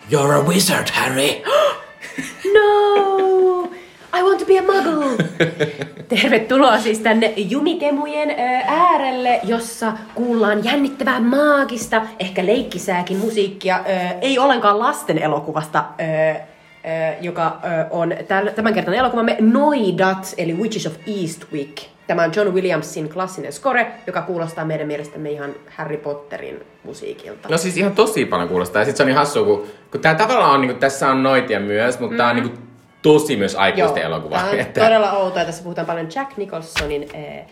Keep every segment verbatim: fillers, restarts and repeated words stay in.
You're a wizard, Harry! No! I want to be a muggle! Tervetuloa siis tänne Jumikemujen äärelle, jossa kuullaan jännittävää maagista, ehkä leikkisääkin musiikkia, ei ollenkaan lasten elokuvasta, joka on tämänkertainen elokuvamme Noidat, eli Witches of Eastwick. Tämä on John Williamsin klassinen score, joka kuulostaa meidän mielestämme ihan Harry Potterin musiikilta. No siis ihan tosi paljon kuulostaa. Ja sit se on niin hassua, kun, kun tää tavallaan on, niin kuin, tässä on noitia myös, mutta mm. tää on niin kuin, tosi myös aikuisten elokuva. Tää on että... todella outoa. Tässä puhutaan paljon Jack Nicholsonin äh,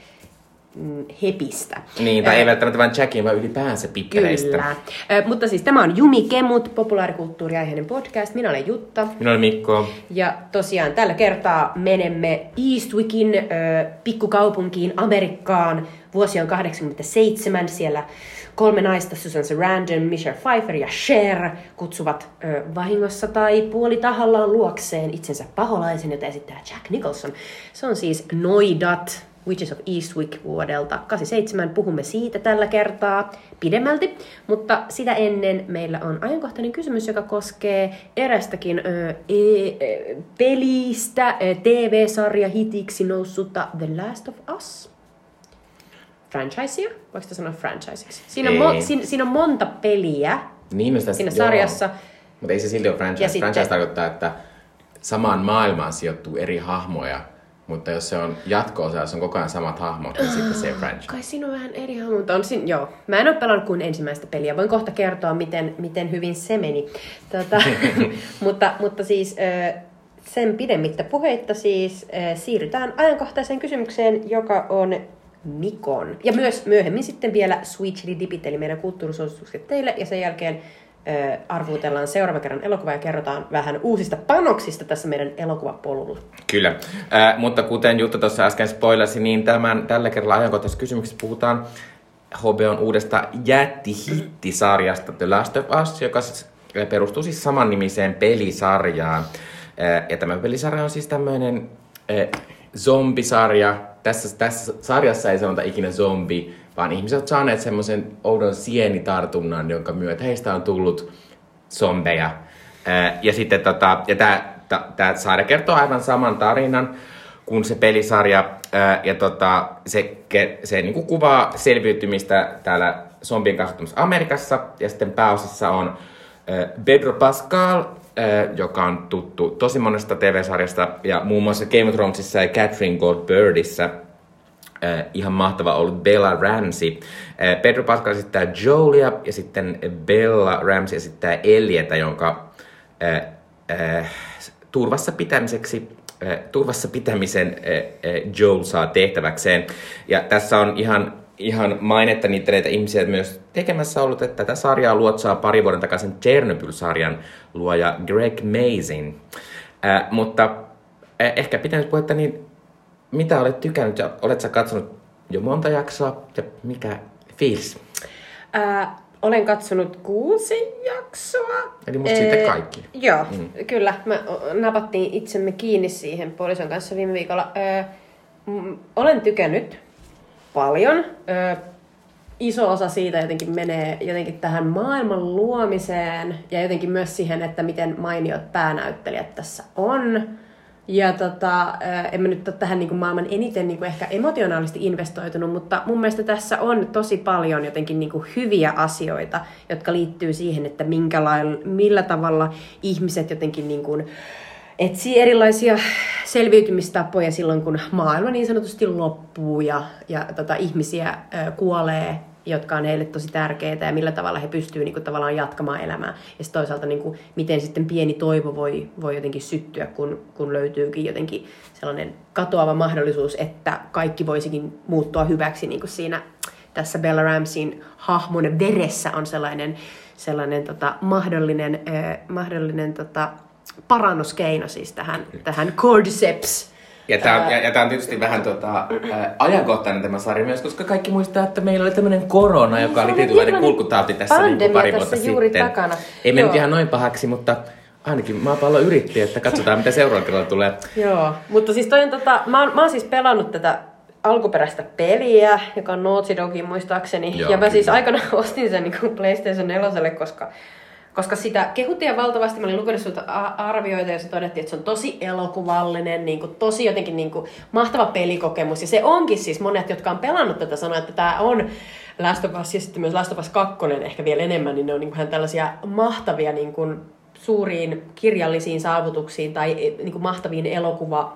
hepistä. Niin, tai äh, ei välttämättä vain Jackin, vaan ylipäänsä pippeleistä. Kyllä. Äh, mutta siis tämä on Jumikemut, populaarikulttuuriaiheinen podcast. Minä olen Jutta. Minä olen Mikko. Ja tosiaan tällä kertaa menemme Eastwickin äh, pikkukaupunkiin Amerikkaan. Vuosi on kahdeksankymmentäseitsemän. Siellä kolme naista, Susan Sarandon, Michelle Pfeiffer ja Cher, kutsuvat ö, vahingossa tai puolitahallaan luokseen itsensä paholaisen, jota esittää Jack Nicholson. Se on siis Noidat, Witches of Eastwick vuodelta kahdeksankymmentäseitsemän. Puhumme siitä tällä kertaa pidemmälti, mutta sitä ennen meillä on ajankohtainen kysymys, joka koskee erästäkin ö, e, e, pelistä, e, T V-sarja hitiksi noussutta The Last of Us. Franchisea? Voiko sanoa franchiseiksi? Siinä on, mo- siinä, siinä on monta peliä niin, sitä, siinä joo. sarjassa. Mutta ei se silti ole franchise. Ja franchise sitten... tarkoittaa, että samaan maailmaan sijoittuu eri hahmoja, mutta jos se on jatko-osa, jos on koko ajan samat hahmot, niin sitten se on franchise. Kai siinä on vähän eri hahmot. On siinä, joo. Mä en ole pelannut kuin ensimmäistä peliä. Voin kohta kertoa, miten, miten hyvin se meni. Tota, mutta, mutta siis... Sen pidemmittä puheitta siis siirrytään ajankohtaiseen kysymykseen, joka on Mikon. Ja myös myöhemmin sitten vielä Sweet Chili Dipit, eli meidän kulttuurisuositukset teille. Ja sen jälkeen ö, arvuutellaan seuraavan kerran elokuva ja kerrotaan vähän uusista panoksista tässä meidän elokuvapolulla. Kyllä, äh, mutta kuten Jutta tuossa äsken spoilasi, niin tämän, tällä kerralla ajankohtaisessa kysymyksessä puhutaan H B O:n uudesta jättihittisarjasta The Last of Us, joka perustuu siis samannimiseen pelisarjaan. Äh, ja tämä pelisarja on siis tämmöinen äh, zombisarja. Tässä, tässä sarjassa ei sanota ikinä zombi, vaan ihmiset ovat saaneet semmoisen oudon sienitartunnan, jonka myötä heistä on tullut zombeja. Ää, ja sitten tota, ja tämä sarja kertoo aivan saman tarinan kuin se pelisarja. Ää, ja tota, se se niinku kuvaa selviytymistä täällä zombien kasvattamassa Amerikassa. Ja sitten pääosassa on ää, Pedro Pascal, ää, joka on tuttu tosi monesta T V-sarjasta. Ja muun muassa Game of Thronesissa ja Catherine Goldbirdissa. Äh, ihan mahtava ollut Bella Ramsey. Äh, Pedro Pascal esittää Joelia ja sitten Bella Ramsey esittää Ellietä, jonka äh, äh, turvassa pitämiseksi, äh, turvassa pitämisen äh, äh, Joel saa tehtäväkseen. Ja tässä on ihan, ihan mainetta niitä ihmisiä myös tekemässä ollut, että tätä sarjaa luotsaa pari vuoden takaisin Chernobyl-sarjan luoja Greg Mazin. Äh, mutta äh, ehkä pitänyt puhetta niin mitä olet tykännyt ja olet sä katsonut jo monta jaksoa ja mikä fiilis? Ää, olen katsonut kuusi jaksoa. Eli musta siitä kaikki. Ee, joo, mm. kyllä. Me napattiin itsemme kiinni siihen puolison kanssa viime viikolla. Ää, m- olen tykännyt paljon. Ää, iso osa siitä jotenkin menee jotenkin tähän maailman luomiseen ja jotenkin myös siihen, että miten mainiot päänäyttelijät tässä on. Ja tota, en mä nyt ole tähän niin kuin maailman eniten niin kuin ehkä emotionaalisesti investoitunut, mutta mun mielestä tässä on tosi paljon jotenkin niin kuin hyviä asioita, jotka liittyy siihen, että millä tavalla ihmiset jotenkin niin kuin etsii erilaisia selviytymistapoja silloin, kun maailma niin sanotusti loppuu ja, ja tota, ihmisiä ö, kuolee, jotka on heille tosi tärkeitä ja millä tavalla he pystyvät niin kuin, tavallaan jatkamaan elämää. Ja sitten toisaalta niin kuin, miten sitten pieni toivo voi, voi jotenkin syttyä, kun, kun löytyykin jotenkin sellainen katoava mahdollisuus, että kaikki voisikin muuttua hyväksi. Niin kuin siinä tässä Bella Ramseyn hahmon veressä on sellainen, sellainen tota, mahdollinen, äh, mahdollinen tota, parannuskeino siis tähän, tähän cordyceps. Ja tämä on, ja, ja on tietysti vähän tota, ää, ajankohtainen tämä sarja myös, koska kaikki muistaa, että meillä oli tämmöinen korona, joka oli tietynlainen kulkutauti tässä niin pari vuotta juuri sitten. Takana. Ei mennyt ihan noin pahaksi, mutta ainakin maapallo yritti, että katsotaan mitä seuraavalla kerralla tulee. Joo, mutta siis toi on tota, mä oon, mä oon siis pelannut tätä alkuperäistä peliä, joka on Naughty Dogin muistaakseni. Joo, ja mä kyllä. siis aikana ostin sen niin PlayStation neljä, koska koska sitä kehuttiin valtavasti. Mä olin lukenut sulta arvioita, joissa todettiin, että se on tosi elokuvallinen, niin kuin, tosi jotenkin niin kuin, mahtava pelikokemus. Ja se onkin siis monet, jotka on pelannut tätä, sanoa, että tämä on Last of Us ja sitten myös Last of Us kaksi ehkä vielä enemmän, niin ne on niin kuin, tällaisia mahtavia niin kuin, suuriin kirjallisiin saavutuksiin tai niin kuin, mahtaviin elokuva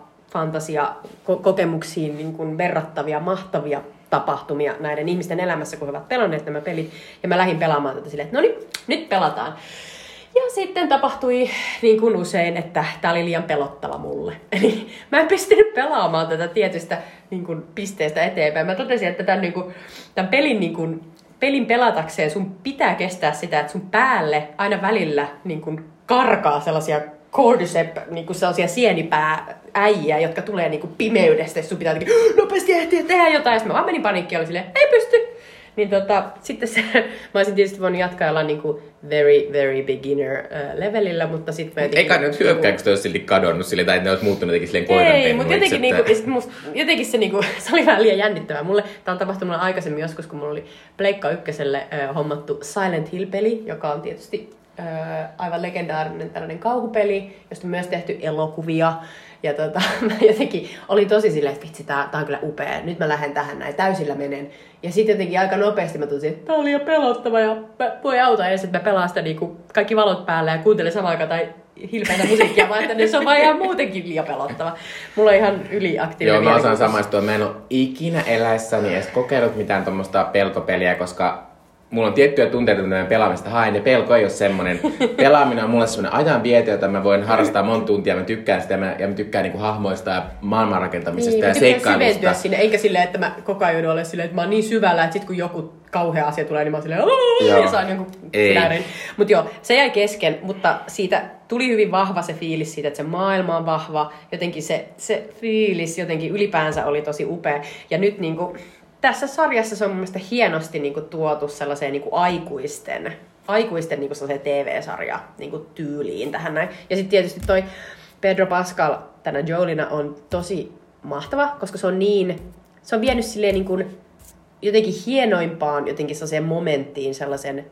fantasia-kokemuksiin niin kuin verrattavia, mahtavia tapahtumia näiden ihmisten elämässä, kun he ovat pelanneet nämä pelit. Ja mä lähdin pelaamaan tätä silleen, että no niin, nyt pelataan. Ja sitten tapahtui niin kuin usein, että tää oli liian pelottava mulle. Eli mä en pystynyt pelaamaan tätä tietystä niin kuin pisteestä eteenpäin. Mä totesin, että tämän, niin kuin, tämän pelin, niin kuin, pelin pelatakseen sun pitää kestää sitä, että sun päälle aina välillä niin kuin karkaa sellaisia cordyceps, niinku sellaisia sienipää-äijiä, jotka tulee niinku pimeydestä, ja sun pitää jotenkin nopeasti ehtiä tehdä jotain, ja sitten mä vaan menin paniikkiin ja olin silleen, ei pysty! Niin tota, sitten se, mä olisin tietysti voinut jatkaa jollain niinku very, very beginner uh, levelillä, mutta sitten mä jotenkin... Eikä ne nyt hyökkää, kun te olisi silti kadonnut sille, tai ne olisi muuttunut jotenkin silleen koiran Ei, mutta jotenkin, niinku, musta, jotenkin se, niinku, se oli vähän liian jännittävää. Mulle, tää on tapahtunut mulle aikaisemmin joskus, kun mulla oli Pleikka ykköselle uh, hommattu Silent Hill-peli, joka on tietysti uh, aivan legendaarinen tällainen kauhupeli, josta on myös tehty elokuvia. Ja tota, mä jotenkin olin tosi silleen, että vitsi, tää, tää on kyllä upea. Nyt mä lähden tähän näin, täysillä menen. Ja sitten jotenkin aika nopeasti mä tunsin, että tää oli jo pelottava ja mä voi auta edes, että mä pelaan sitä niinku kaikki valot päällä ja kuuntelen samaan aikaan tai hilpeitä musiikkia, vaan että se on vaan ihan muutenkin liian pelottava. Mulla on ihan yliaktiivinen. Joo, mä osaan samaistua. Mä en ole ikinä eläessäni edes kokeillut mitään tommoista pelkopeliä, koska mulla on tiettyjä tunteita, mitä mä pelaamista haen, ja pelko ei ole semmoinen. Pelaaminen on mulle semmoinen ajanvieto, jota mä voin harrastaa monta tuntia, mä tykkään sitä, ja mä tykkään niinku hahmoista ja maailmanrakentamisesta niin, ja seikkailusta. Sinne, eikä silleen, että mä koko ajan joudun olemaan silleen, että mä oon niin syvällä, että sit kun joku kauhea asia tulee, niin mä oon silleen, ja saan jonkun sinärin. Mut joo, se jäi kesken, mutta siitä tuli hyvin vahva se fiilis siitä, että se maailma on vahva, jotenkin se, se fiilis jotenkin ylipäänsä oli tosi upea, ja nyt niinku... Tässä sarjassa se on mun mielestä hienosti niinku tuotu sellaiseen niinku aikuisten, aikuisten niinku T V-sarja niinku tyyliin tähän näin. Ja sitten tietysti toi Pedro Pascal tänä Joelina on tosi mahtava, koska se on niin, se on vienyt silleen niinku jotenkin hienoimpaan jotenkin sellaiseen momenttiin sellaisen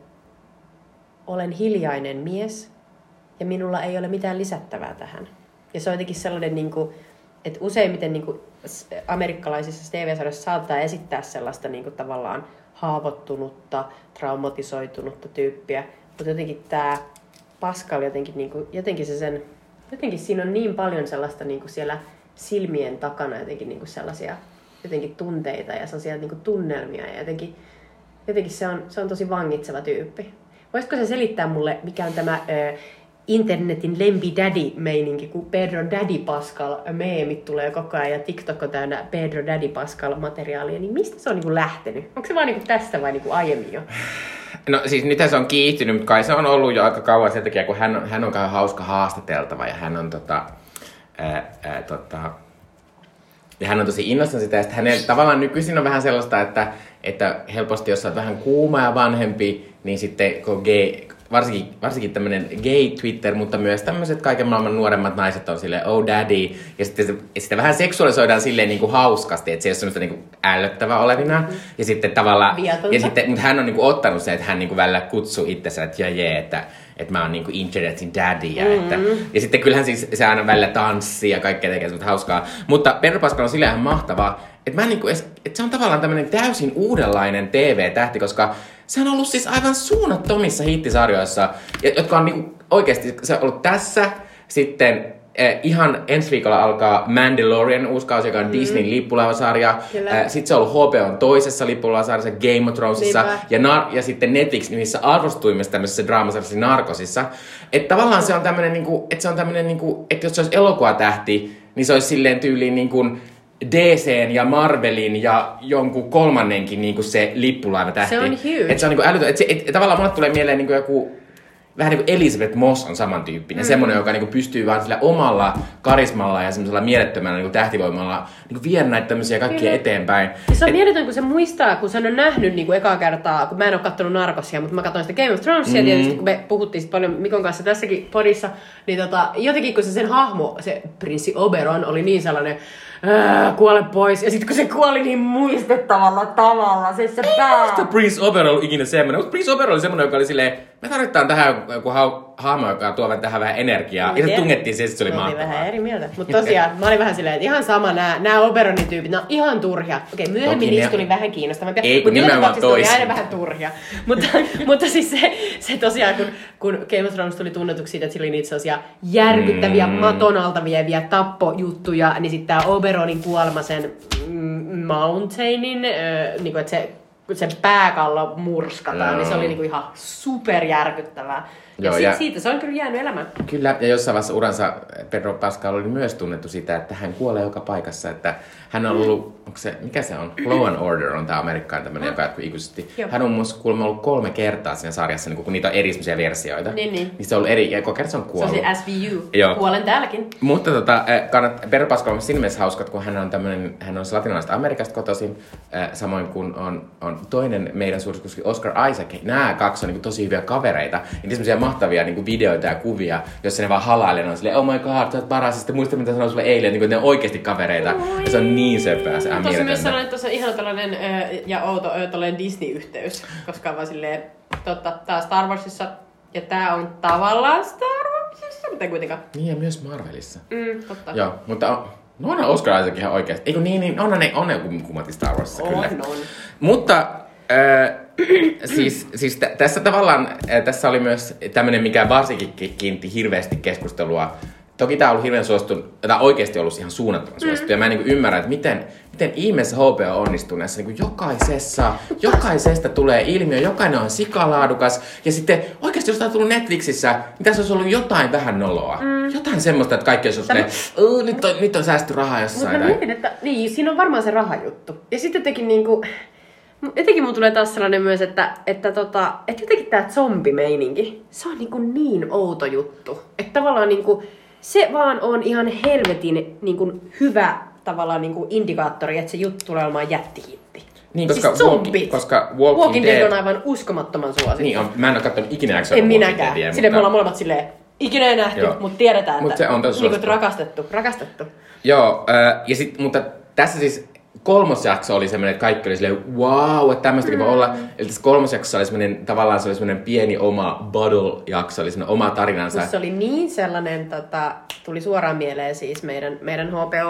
olen hiljainen mies ja minulla ei ole mitään lisättävää tähän. Ja se on jotenkin sellainen niinku, että useimmiten niinku amerikkalaisissa T V-sarjoissa saattaa esittää sellaista niinku tavallaan haavoittunutta, traumatisoitunutta tyyppiä, mutta jotenkin tämä Pascal jotenkin, niinku, jotenkin se sen, jotenkin siinä on niin paljon sellaista niinku siellä silmien takana jotenkin niinku sellaisia jotenkin tunteita ja sellaisia niinku tunnelmia ja jotenkin, jotenkin se on, se on tosi vangitseva tyyppi. Voisitko sä selittää mulle, mikä on tämä ö, internetin lempi daddy-meininki, kun Pedro Daddy Pascal meemit tulee koko ajan ja TikTok on täynnä Pedro Daddy Pascal materiaalia, niin mistä se on niinku lähtenyt? Onko se vaan niinku tästä vai niinku aiemmin jo? No siis nyt se on kiihtynyt, mutta kai se on ollut jo aika kauan sen takia, kun hän on, hän on kai hauska haastateltava ja hän on tota, ää, ää, tota, ja hän on tosi innostunut sitä, ja sitten hänellä tavallaan nykyisin on vähän sellaista, että, että helposti jos olet vähän kuuma ja vanhempi, niin sitten kun gay, varsinkin, varsinkin tämmöinen gay Twitter, mutta myös tämmöiset kaiken maailman nuoremmat naiset on silleen, oh daddy, ja sitten se, sitä vähän seksuaalisoidaan silleen niin kuin hauskasti, että se ei ole semmoista niin kuin ällöttävää olevina, mm-hmm. ja sitten tavallaan, ja sitten, mutta hän on niin kuin ottanut sen, että hän niin kuin välillä kutsuu itsensä, että jee, jee, että että mä oon niinku internetin daddy. Ja, mm-hmm. että, ja sitten kyllähän siis se aina välillä tanssii ja kaikkea tekee semmoista hauskaa. Mutta Pedro Pascal on silleen ihan mahtavaa, että, mä niinku edes, että se on tavallaan tämmönen täysin uudenlainen T V-tähti, koska se on ollut siis aivan suunnattomissa hittisarjoissa, jotka on niinku oikeesti, se on ollut tässä, sitten eh, ihan ensi viikolla alkaa Mandalorian uusi kausi, joka on mm-hmm. Disneyn lippulaivasarja. Eh, sitten se on ollut H B O:n toisessa lippulaivasarjassa, Game of Thronesissa ja, nar- ja sitten Netflix nimissä arvostuimmissa tämmöisessä draamasarjassa Narcosissa. Että tavallaan se on tämmönen niinku, että se on tämmönen niinku, että jos se olisi elokuvatähti, niin se olisi silleen tyyliin niinku D C:n ja Marvelin ja jonkun kolmannenkin niinku se lippulaivatähti. Se on huge. Että se on niinku älytön. Että et, et, tavallaan mulle tulee mieleen niinku joku vähän niin kuin Elizabeth Moss on samantyyppinen. Mm. Semmoinen, joka niin kuin pystyy vaan sillä omalla karismalla ja semmoisella mielettömällä niin kuin tähtivoimalla niin kuin viedä näitä tämmöisiä kaikkia Kyllä. eteenpäin. Ja se on Et... mieletön, kun se muistaa, kun sen on nähnyt niin kuin ekaa kertaa, kun mä en ole kattonut Narcosia, mutta mä katsoin sitä Game of Thronesia mm. tietysti, kun me puhuttiin paljon Mikon kanssa tässäkin podissa, niin tota, jotenkin kun se sen hahmo, se prinssi Oberon oli niin sellainen, Äh, kuole pois. Ja sitten kun se kuoli niin muistettavalla tavalla, se se pää. Ei Prince Oberyn ollut ikinä semmoinen. Mutta Prince Oberyn oli semmoinen, joka oli silleen, me tarvitaan tähän joku ha- hahmo, joka tuo tähän vähän energiaa. Ja se tungettiin siihen, että se oli mahtavaa. vähän eri mieltä. Mutta tosiaan, mä olin vähän silleen, että ihan sama, nämä, nämä Oberonin tyypit, nämä on ihan turhia. Okei, myöhemmin Toki niistä ne... tuli vähän kiinnostavampia. Ei, kun nimenomaan toisin. toisin. Aina vähän turhia. mutta, mutta siis se, se tosiaan, kun, kun Game of Thrones tuli tunnetuksi siitä, että sillä oli niitä sellaisia järkyttäviä, mm. maton alta vieviä tappojuttuja, niin sitten tämä Oberonin kuolema sen mm, Mountainin, äh, niin kuin, että se se pääkallo murskataan, no. niin se oli niinku ihan superjärkyttävää. Ja, Joo, sit, ja siitä se on kyllä jäänyt elämään. Kyllä, ja jossain vaiheessa uransa Pedro Pascal oli myös tunnettu sitä, että hän kuolee joka paikassa. Että hän on ollut, onko se, mikä se on? Law and Order on tämä Amerikkaan tämmöinen, joka jatkuu ikuisesti. Joo. Hän on muassa kuulemma ollut kolme kertaa siinä sarjassa, niin kun niitä on eri versioita. Niin, niin. Niin se on ollut eri, ja koko kerta se on kuollut. Se on se S V U. Joo. Kuolen täälläkin. Mutta tota, kannat, Pedro Pascal on siinä mielessä hauska, kun hän on tämmöinen, hän on latinalaisesta Amerikasta kotoisin, samoin kuin on, on toinen meidän suosikuski Oscar Isaac. Nämä kaksi on niin tosi hyviä kavereita. Ja niitä semmoisia mahtavia niin videoita ja kuvia, joissa ne vaan halailee, ne on silleen, oh my god, sä oot paras, ja sitten muista, mitä sanoin sulle eilen, niin ne on oikeasti kavereita. Oi. Ja se on niin söpää, se on mieletöntä. Tuossa myös sanoin, että tuossa on ihan tällainen ö, ja outo ö, tällainen Disney-yhteys, koska vaan silleen, totta, tää Star Warsissa, ja tää on tavallaan Star Warsissa, mutta ei kuitenkaan. Niin, ja myös Marvelissa. Mm, totta. Joo, mutta no onhan Oscar Isaac ihan oikeasti. Eikö niin, niin onhan ne, on ne kummati Star Warsissa, on, kyllä. On. Mutta Äh, siis, siis t- tässä tavallaan, äh, tässä oli myös tämmöinen, mikä varsinkin kiinnitti hirveästi keskustelua. Toki tää on ollut hirveän suosittu, tai oikeasti ollut ihan suunnattoman suosittu. Mm. Ja mä en niin kuin ymmärrä, että miten, miten ihmeessä H B O onnistuu näissä. Niin kuin jokaisessa, jokaisesta tulee ilmiö, jokainen on sikalaadukas. Ja sitten oikeasti jos tää on tullut Netflixissä, niin tässä olisi ollut jotain vähän noloa. Mm. Jotain semmoista, että kaikki olisi ollut silleen, nyt on, nyt on säästy rahaa jossain. Mutta mä mietin, että niin, siinä on varmaan se rahajuttu. Ja sitten jotenkin niinku... Jotenkin mun tulee taas sellainen myös, että, että, tota, että jotenkin tää zombimeininki, se on niinku niin outo juttu. Että tavallaan niinku, se vaan on ihan helvetin niinku hyvä tavallaan niinku indikaattori, että se juttu tulee olemaan jättihitti. Niin, koska, siis zombit. Walk, koska Walking, Walking Dead on aivan uskomattoman suosittu. Niin on, mä en ole katsonut ikinä jaksoa En minäkään. Silleen mutta... me ollaan molemmat silleen, ikinä ei nähty, mutta tiedetään, Mut että se on niinku, rakastettu, rakastettu. Joo, äh, ja sit, mutta tässä siis... Kolmos jakso oli semmoinen, että kaikki oli silleen, wow, että tämmöistäkin mm. voi olla. Eli tässä kolmos jakso oli semmoinen, tavallaan se oli semmoinen pieni oma Bottle-jakso, oli semmoinen oma tarinansa. Se oli niin sellainen, tota, tuli suoraan mieleen siis meidän, meidän H B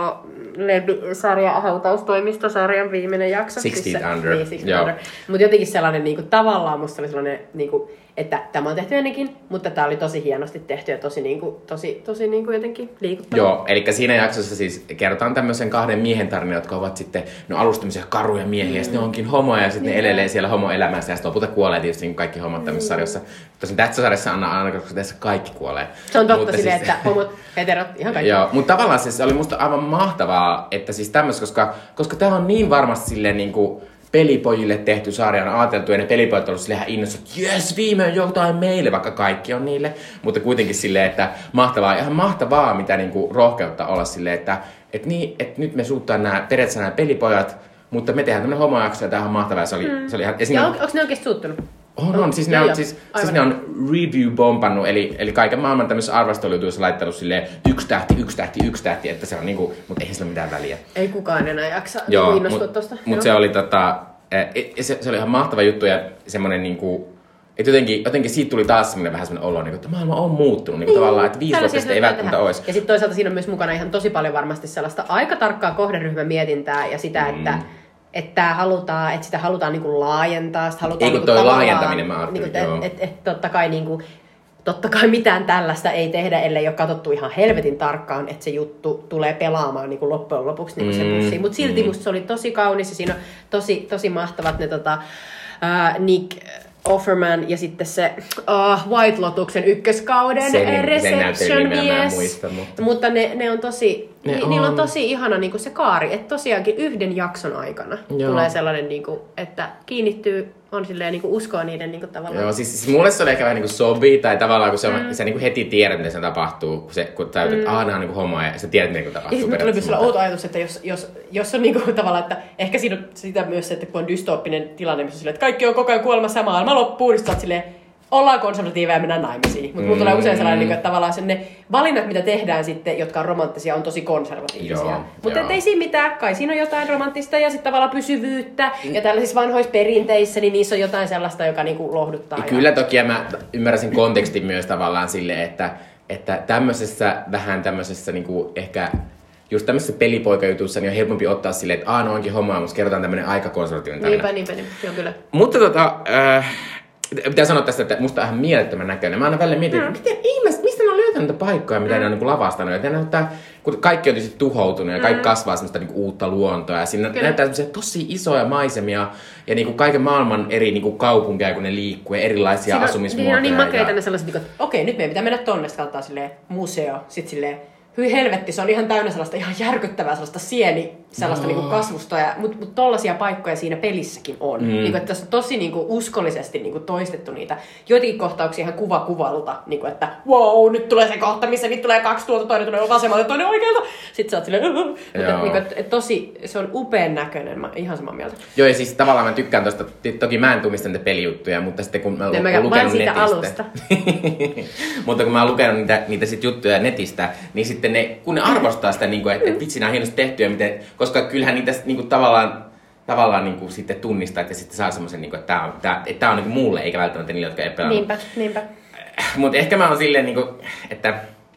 O-sarja, hautaustoimistosarjan viimeinen jakso. Sixteen siis Under. Niin, Sixteen Under. Mutta jotenkin sellainen, niinku, tavallaan musta oli sellainen, niinku, että tämä on tehty ennenkin, mutta tämä oli tosi hienosti tehty ja tosi, niinku, tosi, tosi niinku, jotenkin liikuttava. Joo, eli siinä jaksossa siis kerrotaan tämmöisen kahden miehen tarina, jotka ovat sitten, no alussa tämmöisiä karuja miehiä, mm. ja sitten ne onkin homoja, ja sitten yeah. ne elelee siellä homoelämässä, ja sitten lopulta kuolee tietysti niin kaikki homot tämmöisessä mm. sarjassa. Tosin tässä sarjassa on aina, koska tässä kaikki kuolee. Se on totta silleen, siis... että homot, heterot, ihan kaikki. Joo, mutta tavallaan siis se oli musta aivan mahtavaa, että siis tämmöistä, koska, koska tämä on niin varmasti silleen niinku pelipojille tehty sarja, on ajateltu, ja ne pelipojat on ollut silleen innossa, että jes, viimein jotain meille, vaikka kaikki on niille. Mutta kuitenkin silleen, että mahtavaa, ihan mahtavaa, mitä niinku rohkeutta olla silleen, että et niin, et nyt me suuttaan nämä, periaatteessa nämä pelipojat, mutta me tehdään tämmönen homojakso, ja tämä on mahtavaa, ja se oli, mm. se oli ihan... Ja, ja on, onko ne oikeasti suuttunut? On, on. Siis, ne on, siis, siis ne on review-bombannut, eli, eli kaiken maailman tämmöisessä arvostelujutuissa laittanut silleen yksi tähti, yksi tähti, yksi tähti, että se on niinku, mutta eihän sillä ole mitään väliä. Ei kukaan enää jaksa Joo, innostua mut, tosta. Mutta se oli tota, se, se oli ihan mahtava juttu ja semmonen niinku, että jotenkin, jotenkin siitä tuli taas semmoinen vähän semmoinen olo, että maailma on muuttunut, niin tavallaan, että viisi vuotta sitten ei välttämättä olisi. Ja sitten toisaalta siinä on myös mukana ihan tosi paljon varmasti sellaista aika tarkkaa kohderyhmämietintää ja sitä, mm. että että halutaan, että sitä halutaan niinku laajentaa, sitä halutaan ei kun niinku toi laajentaminen mä ajattelin, niinku, että et, et, et, totta kai niinku, totta kai mitään tällaista ei tehdä, ellei ole katsottu ihan helvetin tarkkaan, että se juttu tulee pelaamaan niinku loppujen lopuksi niinku mm, se bussi. Mutta silti mm. musta se oli tosi kaunis ja siinä on tosi, tosi mahtavat ne tota, uh, Nick Offerman ja sitten se uh, White Lotuksen ykköskauden sen, reception, sen yes. muista, mutta, mutta ne, ne on tosi, ne ni, on. niillä on tosi ihana niinku se kaari, että tosiaankin yhden jakson aikana Joo. tulee sellainen, niinku, että kiinnittyy, on silleen niinku uskoa niiden niinku tavallaan. Joo, siis, siis mulle se oli ehkä vähän niinku sobi, tai tavallaan kun se, on, mm. se niinku heti tiedät, mitä se tapahtuu, kun, se, kun sä mm. että aah, nää on niinku homoja, ja sä tiedät, mitä tapahtuu. Ja sitten tuli myös outo ajatus, että jos, jos, jos on niinku tavallaan, että ehkä siinä on sitä myös se, että kun on dystooppinen tilanne, missä on silleen, että kaikki on koko ajan kuolemassa ja maailma loppuu, niin sä oot silleen, ollaan konservatiiveja ja mennään naimisiin. Mutta mulla tulee usein sellainen, että tavallaan ne valinnat, mitä tehdään sitten, jotka on romanttisia, on tosi konservatiivisia. Mutta ei siinä mitään, kai siinä on jotain romanttista ja sitten tavallaan pysyvyyttä. Mm. Ja tällaisissa vanhoissa perinteissä, niin niissä on jotain sellaista, joka niinku lohduttaa. Ja kyllä toki, ja mä ymmärrän sen kontekstin myös tavallaan silleen, että, että tämmöisessä, vähän tämmöisessä niinku ehkä just tämmöisessä pelipoikajutussa niin on helpompi ottaa silleen, että aah, no onkin homoa, mutta kerrotaan tämmöinen aika konservatiivinen tarina. Niinpä, niinpä, niinpä, joo kyllä. Mutta tota, äh, pitää sanoa tästä, että musta on ihan mielettömän näköinen. Mä aina välillä mietin, mm. miten ihmiset, mistä ne on löytänyt niitä paikkoja, mitä mm. ne on niin kuin lavastanut. Ja näyttää, kun kaikki on tietysti tuhoutunut ja kaikki mm. kasvaa semmoista niin kuin uutta luontoa. Ja siinä kyllä. näyttää semmoisia tosi isoja maisemia ja niin kuin kaiken maailman eri niin kuin kaupunkeja, kun ne liikkuu ja erilaisia siinä asumismuotoja. Siinä on niin makeita ja ne sellaiset, että okei, nyt meidän pitää mennä tonne, sitten katsotaan silleen museo, sitten silleen hyi helvetti, se on ihan täynnä sellaista ihan järkyttävää sellaista sieni, sellaista no. niinku kasvusta, ja, mutta mut tollaisia paikkoja siinä pelissäkin on. Mm. Niinku, että tässä on tosi niinku uskollisesti niinku toistettu niitä. Joitakin kohtauksia ihan kuva kuvalta, niinku, että wow, nyt tulee se kohta, missä nyt tulee kaksi tuolta, toinen tulee vasemmalta ja toinen oikealta. Sitten sä oot silleen, uh, mutta niinku, et, et tosi, se on upean näköinen, mä ihan samaa mieltä. Joo, ja siis tavallaan mä tykkään tosta, toki mä en tunnista niitä pelijuttuja, mutta sitten kun mä oon lukenut netistä. Alusta. Mutta kun mä oon lukenut niitä, niitä sit juttuja netistä, niin sitten ne, kun ne arvostaa sitä, niin että et vitsi, nää on hienosti tehtyä, miten, koska kyllähän niitä niin kuin, tavallaan, tavallaan niin kuin, sitten tunnistaa, että sitten saa semmoisen, niin että tämä on, tää, että tää on niin kuin mulle, eikä välttämättä niille, jotka ei pelannut. Niinpä, niinpä. Mutta ehkä mä oon silleen, niin kuin, että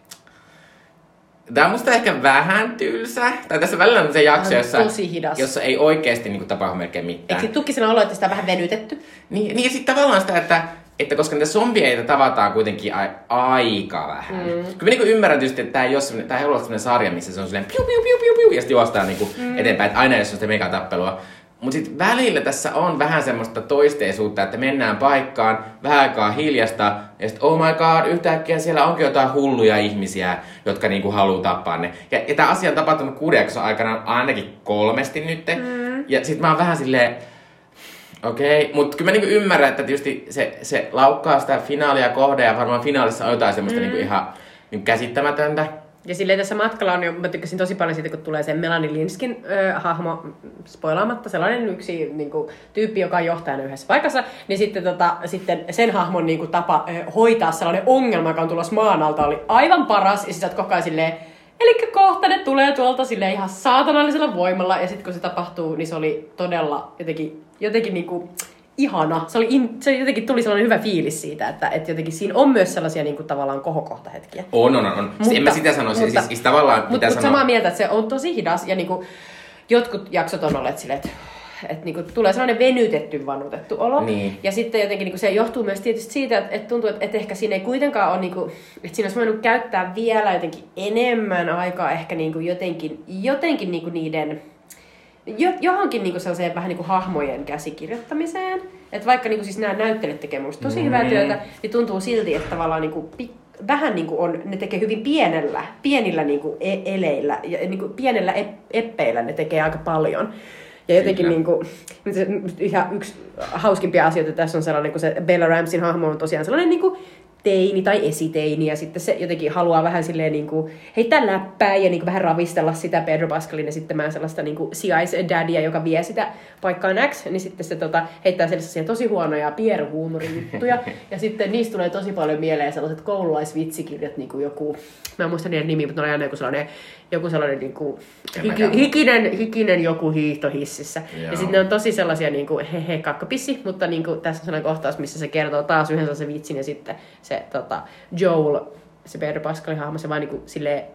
tää on musta ehkä vähän tylsä. Tai tässä välillä on se jakso, jossa, jossa ei oikeesti niin kuin, tapahdu melkein mitään. Eikö tukkisena olo, että sitä on vähän venytetty? Niin, niin ja sitten tavallaan sitä, että että koska niitä zombieita tavataan kuitenkin a- aika vähän. Mm. Kyllä mä niinku ymmärrän tietysti, että tää ei, ole tää ei ole sellainen sarja, missä se on silleen piu piu piu piu piu ja sitten juostaan niinku mm. eteenpäin, että aina jos on sitä megatappelua. Mut sit välillä tässä on vähän semmoista toisteisuutta, että mennään paikkaan, vähän aikaa hiljasta, ja sit oh my god, yhtäkkiä siellä onkin jotain hulluja ihmisiä, jotka niinku haluu tappaa ne. Ja, ja tää asia on tapahtunut kuuden jakson aikana ainakin kolmesti nyt. Mm. Ja sit mä oon vähän silleen, okei, okay, mutta kyllä mä niinku ymmärrän, että tietysti se, se laukkaa sitä finaalia kohde ja varmaan finaalissa on jotain semmoista mm. niinku ihan niinku käsittämätöntä. Ja silleen tässä matkalla on jo, mä tykkäsin tosi paljon siitä, kun tulee se Melanie Linskin ö, hahmo, spoilaamatta, sellainen yksi niinku, tyyppi, joka on johtajana yhdessä paikassa, niin sitten, tota, sitten sen hahmon niinku, tapa ö, hoitaa sellainen ongelma, joka on tulossa maan alta, oli aivan paras, ja sit sä oot koko ajan silleen, elikkä kohta ne tulee tuolta silleen ihan saatanallisella voimalla, ja sitten kun se tapahtuu, niin se oli todella jotenkin, jotenkin niinku ihana. Se, oli in, se jotenkin tuli sellainen hyvä fiilis siitä, että, että jotenkin siinä on myös sellaisia niinku tavallaan kohokohtahetkiä. On, on, on. Mutta, en mä sitä sano. Mutta, siis, siis tavallaan mutta, pitää mutta sanoa. samaa mieltä, että se on tosi hidas, ja niinku, jotkut jaksot on olleet silleen, että että niinku tulee sellainen venytetty, vanutettu olo. Niin. Ja sitten jotenkin niinku se johtuu myös tietysti siitä, että, että tuntuu, että, että ehkä siinä ei kuitenkaan ole, niinku, että siinä olisi voinut käyttää vielä jotenkin enemmän aikaa ehkä niinku jotenkin, jotenkin niinku niiden, jo, johonkin niinku sellaiseen vähän niinku hahmojen käsikirjoittamiseen. Että vaikka niinku siis nämä näyttelijät tekee musta tosi mm. hyvää työtä, niin tuntuu silti, että tavallaan niinku vähän niinku on, ne tekee hyvin pienellä, pienillä niinku eleillä ja niinku pienellä eppeillä ne tekee aika paljon. Ja jotenkin niinku, ihan yksi hauskimpia asioita tässä on sellainen, kun se Bella Ramseyn hahmo on tosiaan sellainen niinku teini tai esiteini, ja sitten se jotenkin haluaa vähän silleen niinku heittää läppää ja niinku vähän ravistella sitä Pedro Pascalin esittämään sellaista niinku sijaisdaddia, joka vie sitä paikkaan X, niin sitten se tota, heittää sellaisia tosi huonoja pieruhuumorijuttuja, ja sitten niistä tulee tosi paljon mieleen sellaiset koululaisvitsikirjat, niinku joku, mä en muista niiden nimi, mutta ne on aina joku sellainen, joku sellainen niinku, hiki, hikinen, hikinen joku hiihto hississä. Joo. Ja sitten ne on tosi sellaisia niinku, hehe, kakkapissi, mutta niinku, tässä on sellainen kohtaus, missä se kertoo taas yhden sellaisen vitsin, ja sitten se tota, Joel, se Pedro Pascalin hahmo, se vaan niinku silleen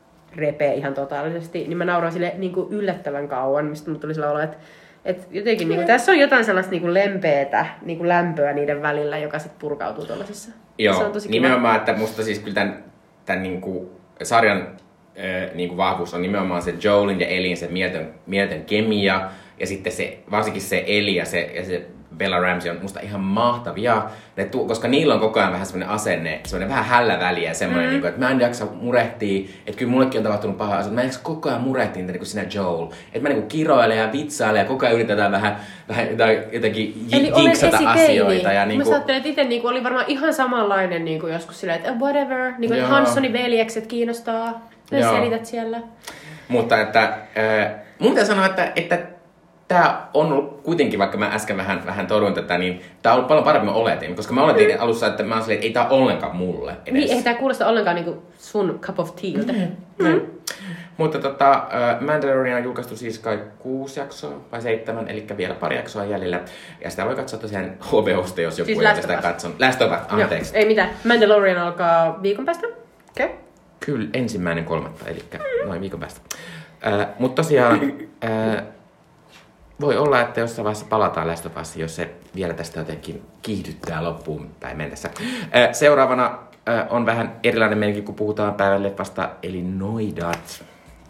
repee ihan totaalisesti, niin mä nauroin sille niinku yllättävän kauan, mistä mulla tuli sellainen olo, että et jotenkin niinku, tässä on jotain sellaista niinku lempeätä niinku lämpöä niiden välillä, joka sitten purkautuu tuollaisessa. Joo, se on tosi nimenomaan, kiva. Että musta siis kyllä tämän, tämän niinku sarjan äh, niinku vahvuus on nimenomaan se Joelin ja Elin se mieltön, mieltön kemia, ja sitten se, varsinkin se Eli ja se, ja se Bella Ramsey on musta ihan mahtavia, ne tu- koska niillä on koko ajan vähän semmoinen asenne, semmoinen vähän hällä väliä ja semmoinen, mm. niin että mä en jaksa murehtia, että kyllä mullekin on tapahtunut paha asia, mä en jaksa koko ajan murehtia niitä niin kuin sinä Joel. Että mä niin kiroilen ja vitsailen ja koko ajan yritetään vähän, vähän jotenkin jinksata asioita. Ja niin kuin... Mä ajattelin, että itse niin oli varmaan ihan samanlainen niin kuin joskus silleen, että whatever, niin kuin Hanssonin veljekset kiinnostaa, ne selität siellä. Mutta että, äh, mun pitää sanoa, että, että tää on ollut kuitenkin, vaikka mä äsken vähän, vähän toduin tätä, niin tää on ollut paljon paremmin oletin. Koska mä oletin mm. alussa, että mä oon silleen, että ei tää ole ollenkaan mulle edes. Niin, ei tää kuulosta ollenkaan niinku sun cup of tealtä. Mm. Mm. Mutta tota, uh, Mandalorian on julkaistu siis kai kuusi jaksoa vai seitsemän, eli vielä pari jaksoa jäljellä. Ja sitä voi katsoa tosiaan H B Osta, jos joku siis ei sitä katsonut. Last of Us, anteeksi. Joo, ei mitään. Mandalorian alkaa viikon päästä. Okei. Okay. Kyllä, ensimmäinen kolmatta, eli mm. noin viikon päästä. Uh, Mutta tosiaan, uh, voi olla, että jossain vaiheessa palataan Last of Us, jos se vielä tästä jotenkin kiihdyttää loppuun päin mennessä. Uh, seuraavana uh, on vähän erilainen meininki, kun puhutaan päivän leffasta, eli Noidat.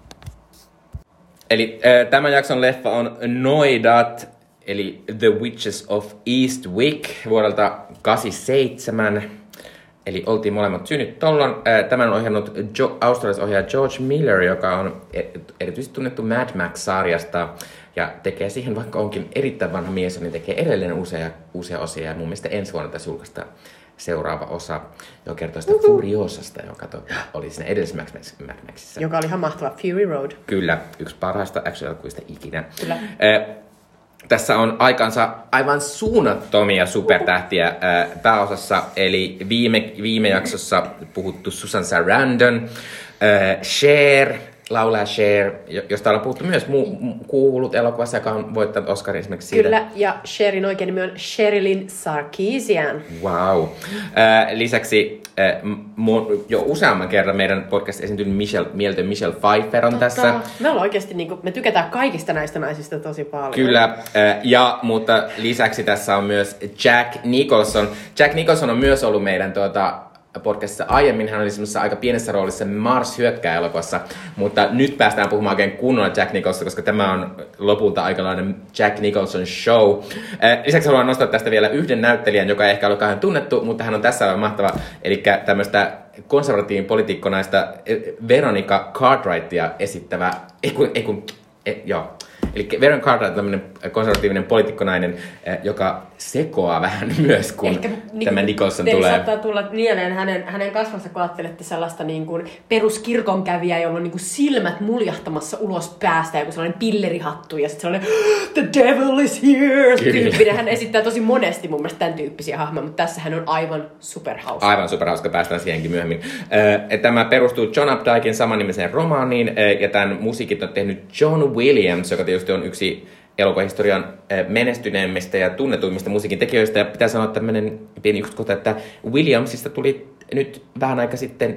Eli äh, tämän jakson leffa on Noidat, eli The Witches of Eastwick vuodelta kahdeksankymmentäseitsemän. Eli oltiin molemmat synnyt tollon. Äh, tämän on ohjannut jo- australialaisohjaaja George Miller, joka on erityisesti tunnettu Mad Max-sarjasta. Ja tekee siihen, vaikka onkin erittäin vanha mies, niin tekee edelleen uusia, uusia osia. Ja mun mielestä ensi vuonna tässä julkaista seuraava osa, joka kertoo sitä Furiosasta, joka to, oli siinä edellisessä Mad Maxissa. Joka oli ihan mahtava, Fury Road. Kyllä, yksi parhaista action-elokuvista ikinä. Kyllä. Äh, tässä on aikansa aivan suunnattomia supertähtiä äh, pääosassa, eli viime, viime jaksossa puhuttu Susan Sarandon, äh, Cher, laulaa Cher, josta ollaan puhuttu myös mu- kuulut elokuvassa, joka on voittanut Oscarin esimerkiksi siitä. Kyllä, ja Sherin oikein nimi on Sherilyn Sarkeesian. Wow. Äh, lisäksi äh, mu- jo useamman kerran meidän podcast esiintynyt Michelle, mieltön Michelle Pfeiffer on Totta. tässä. Me ollaan oikeasti, niin kuin, me tykätään kaikista näistä naisista tosi paljon. Kyllä, äh, ja mutta lisäksi tässä on myös Jack Nicholson. Jack Nicholson on myös ollut meidän tuota, podcastissa aiemmin. Hän oli semmoisessa aika pienessä roolissa Mars hyökkää elokuvassa, mutta nyt päästään puhumaan oikein kunnolla Jack Nicholson, koska tämä on lopulta aikalainen Jack Nicholson show. Lisäksi haluan nostaa tästä vielä yhden näyttelijän, joka ei ehkä ole kauhean tunnettu, mutta hän on tässä aivan mahtava. Eli tämmöistä konservatiivin poliitikkonaista Veronica Cartwrightia esittävä, ei kun, ei kun, ei, joo. Eli Veronica Cartwright on tämmöinen konservatiivinen poliitikkonainen, joka sekoaa vähän myös, kun Ehkä, tämä niin, Nicholson tulee. Saattaa tulla mieleen hänen, hänen kasvonsa, kun ajattelette sellaista niin kuin peruskirkonkävijää, jolla on niin kuin silmät muljahtamassa ulos päästä, joku sellainen pillerihattu ja sitten sellainen The devil is here! Tyyppinen. Hän esittää tosi monesti mun mielestä tämän tyyppisiä hahmoja, mutta tässä hän on aivan superhauska. Aivan superhauska, päästään siihenkin myöhemmin. Tämä perustuu John Updikein samannimiseen romaaniin ja tämän musiikit on tehnyt John Williams, joka tietysti on yksi elokuvahistorian menestyneimmistä ja tunnetuimmista musiikin tekijöistä. Ja pitää sanoa tämmöinen pieni yksityiskohta, että Williamsista tuli nyt vähän aika sitten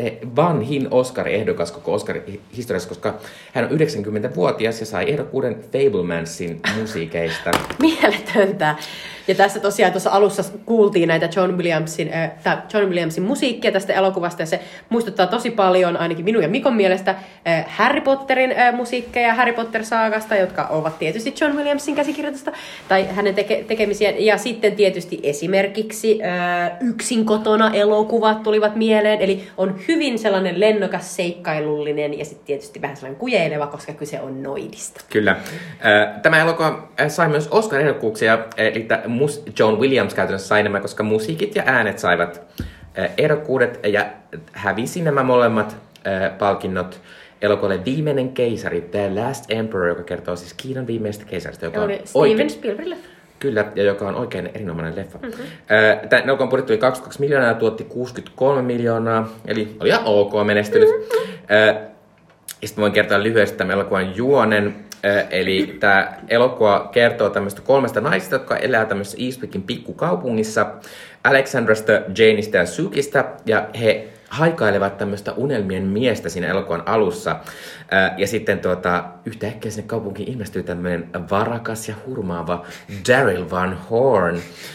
vanhin Oscar-ehdokas koko Oscar-historiassa, koska hän on yhdeksänkymmentävuotias ja sai ehdokkuuden Fablemansin musiikeista. Mieletöntä. Ja tässä tosiaan tuossa alussa kuultiin näitä John Williamsin, äh, John Williamsin musiikkia tästä elokuvasta, ja se muistuttaa tosi paljon, ainakin minun ja Mikon mielestä, äh, Harry Potterin äh, musiikkeja Harry Potter-saagasta, jotka ovat tietysti John Williamsin käsikirjoitusta, tai hänen teke- tekemisiä. Ja sitten tietysti esimerkiksi äh, Yksin kotona elokuvat tulivat mieleen, eli on hyvin sellainen lennokas, seikkailullinen ja sitten tietysti vähän sellainen kujeileva, koska kyse on noidista. Kyllä. Tämä elokuva sai myös Oscar-ehdokkuuksia, eli John Williams käytännössä sai nämä, koska musiikit ja äänet saivat ehdokkuudet ja hävisi nämä molemmat palkinnot elokuvalle Viimeinen keisari, The Last Emperor, joka kertoo siis Kiinan viimeistä keisarista, joka on Steven Spielberg. Kyllä, ja joka on oikein erinomainen leffa. Mm-hmm. Tämä elokuvan budjetti oli kaksikymmentäkaksi miljoonaa ja tuotti kuusikymmentäkolme miljoonaa, eli oli ihan ok menestynyt. Mm-hmm. Ja sitten voin kertoa lyhyesti tämän elokuvan juonen. Eli tämä elokuva kertoo tämmöistä kolmesta naisesta, jotka elää tämmöisessä Eastwickin pikkukaupungissa, Alexandrasta, Janeista ja Sukista, ja he haikailevat tämmöistä unelmien miestä siinä elokuvan alussa. Ja sitten tuota, yhtäkkiä sinne kaupunkiin ilmestyy tämmöinen varakas ja hurmaava Daryl Van Horn,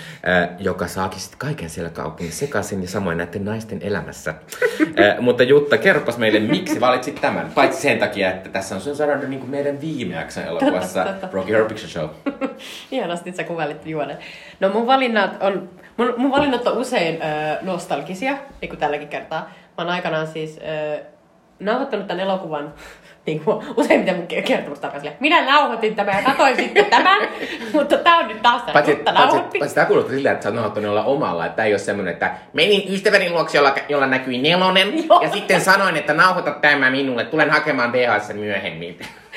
joka saakin sitten kaiken siellä kaupungissa sekaisin ja samoin näiden naisten elämässä. Mutta Jutta, kerropas meille, miksi valitsit tämän? Paitsi sen takia, että tässä on sen sarjan niin kuin meidän viime jakson elokuvassa Rocky Horror Picture Show. Ihanasti sä kuvailit juonen. No mun valinnat on, mun, mun valinnat on usein ö, nostalgisia, niin kuin tälläkin kertaa. Mä oon aikanaan siis ö, nauhoittanut tämän elokuvan niin kuin useimmiten mun kertomus takaisin. Minä nauhoitin tämän ja katsoin sitten tämän, mutta tää on nyt taas tämä Jutta nauhoitti. Paitsi tää kuulostaa siltä, että sä oot nauhoittanut olla omalla, että tää ei ole semmonen, että menin ystäväni luokse, jolla, jolla näkyi nelonen, ja sitten sanoin, että nauhoita tämä minulle, tulen hakemaan V H S myöhemmin.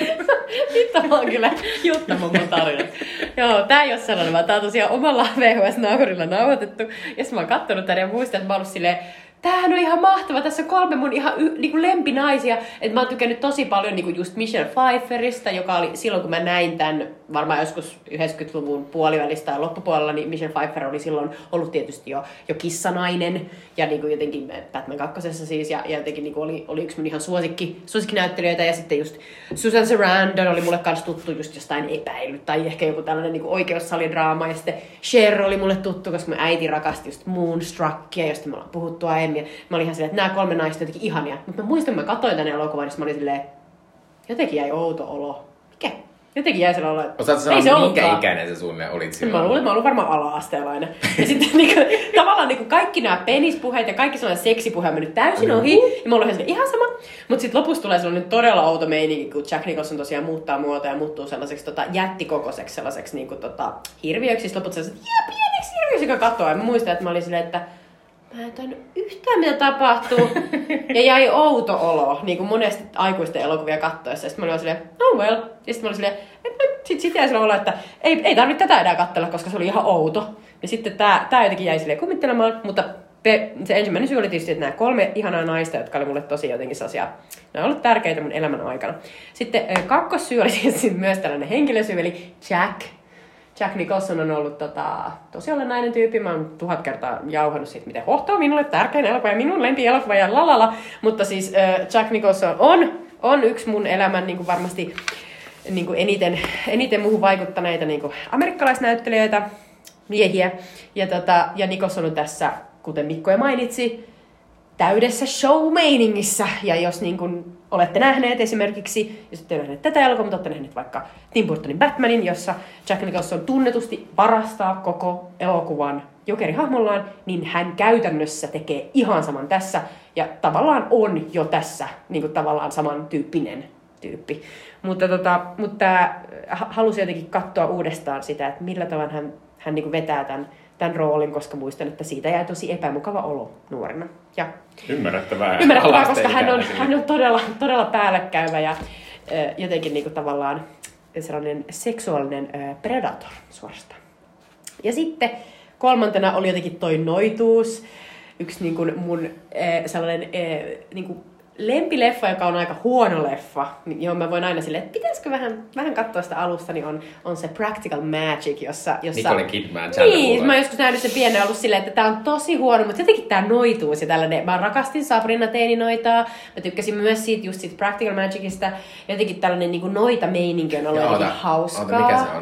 Nyt on kyllä Jutta mun tarina. Joo, tää ei oo sellainen, vaan tää on tosiaan omalla V H S-naurilla nauhoitettu. Ja sit mä oon kattonut tän ja muistan, että mä oon ollut silleen, tämähän on ihan mahtava, tässä on kolme mun ihan y- niinku lempinaisia. Et mä oon tykännyt tosi paljon niinku just Michelle Pfeifferista, joka oli silloin kun mä näin tän varmaan joskus yhdeksänkymmentäluvun puolivälistä tai loppupuolella, niin Michelle Pfeiffer oli silloin ollut tietysti jo, jo kissanainen. Ja niinku jotenkin Batman kakkosessa siis, ja, ja jotenkin niinku oli, oli yksi mun ihan suosikki, suosikkinäyttelijöitä. Ja sitten just Susan Sarandon oli mulle kans tuttu just jostain epäilyt, tai ehkä joku tällainen niinku oikeussalidraama. Ja sitten Cher oli mulle tuttu, koska mun äiti rakasti just Moonstruckia, josta me ollaan puhuttu aiemmin. Ja mä olin ihan silleen, että nämä kolme naista jotenkin ihania. Mutta mä muistan, kun mä katsoin tänne elokuvan, niin mä olin silleen, jotenkin jäi outo olo. Mikä? Jotenkin jäi sellainen olo, että osaatko ei se sanoa, minkä ollutkaan. ikäinen se suunnilleen olit silloin? Mä luulen, että mä olin varmaan ala-asteelainen. Ja sitten niinku, tavallaan niinku kaikki nämä penispuheet ja kaikki sellainen seksipuhe on mennyt täysin ohi. Ja mä olin ihan, ihan sama. Mutta sitten lopussa tulee sellainen todella outo meininki, kun Jack Nicholson tosiaan muuttaa muotoa ja muuttuu sellaiseksi tota, jättikokoiseksi sellaiseksi niinku, tota, hirviöksi. Sitten lopulta sellaiseksi, jää pieneksi hirviöksi, joka katoaa. Ja mä muistan, että mä olin silleen, että mä en tainnut yhtään mitä tapahtuu. Ja jäi outo olo, niin kuin monesti aikuisten elokuvia kattoessa. Sitten mä olin silleen, oh well. Ja sitten mä olin silleen, että sit, sit jäi sillä olla, että ei, ei tarvitse tätä enää katsella, koska se oli ihan outo. Ja sitten tää, tää jotenkin jäi silleen kummittelemaan, mutta pe, se ensimmäinen syy oli tietysti, että nämä kolme ihanaa naista, jotka oli mulle tosi jotenkin sellaisia, ne on ollut tärkeitä mun elämän aikana. Sitten kakkossyy oli siis myös tällainen henkilösyy, eli Jack. Jack Nicholson on ollut tota, tosi olennainen tyyppi. Mä oon tuhat kertaa jauhannut siitä, miten Hohto on minulle tärkein elokuva ja minun lempielokuva ja lalala. Mutta siis äh, Jack Nicholson on, on yksi mun elämän niin kuin varmasti niin kuin eniten, eniten muuhun vaikuttaneita niin kuin amerikkalaisnäyttelijöitä, miehiä. Ja, tota, ja Nicholson on tässä, kuten Mikko jo mainitsi, täydessä show-meiningissä. Ja jos niin kun olette nähneet esimerkiksi, jos ette nähneet tätä elokuvaa, mutta olette nähneet vaikka Tim Burtonin Batmanin, jossa Jack Nicholson tunnetusti varastaa koko elokuvan jokerihahmollaan, niin hän käytännössä tekee ihan saman tässä. Ja tavallaan on jo tässä niin kuin tavallaan samantyyppinen tyyppi. Mutta, tota, mutta halusin jotenkin katsoa uudestaan sitä, että millä tavalla hän, hän niin kuin vetää tämän tämän roolin, koska muistan, että siitä jäi tosi epämukava olo nuorena. Ja ymmärrettävää. Ymmärrettävää, koska hän on, hän on todella, todella päällekäyvä ja äh, jotenkin niin kuin tavallaan sellainen seksuaalinen äh, predator suorastaan. Ja sitten kolmantena oli jotenkin toi Noituus, yksi niin kuin mun äh, sellainen äh, niin kuin lempileffa, joka on aika huono leffa, johon mä voin aina silleen, että pitäisikö vähän, vähän katsoa sitä alusta, niin on, on se Practical Magic, jossa... jossa Nicole Kidman. Niin, mä oon joskus nähnyt sen pienen ollut silleen, että tää on tosi huono, mutta jotenkin tää Noituus ja tällainen. Mä rakastin Sabrina Teeninoitaa, mä tykkäsin myös siitä, just siitä Practical Magicista. Jotenkin tällainen niin kuin noita-meininki on ollut jotenkin hauskaa. Oota, mikä se on?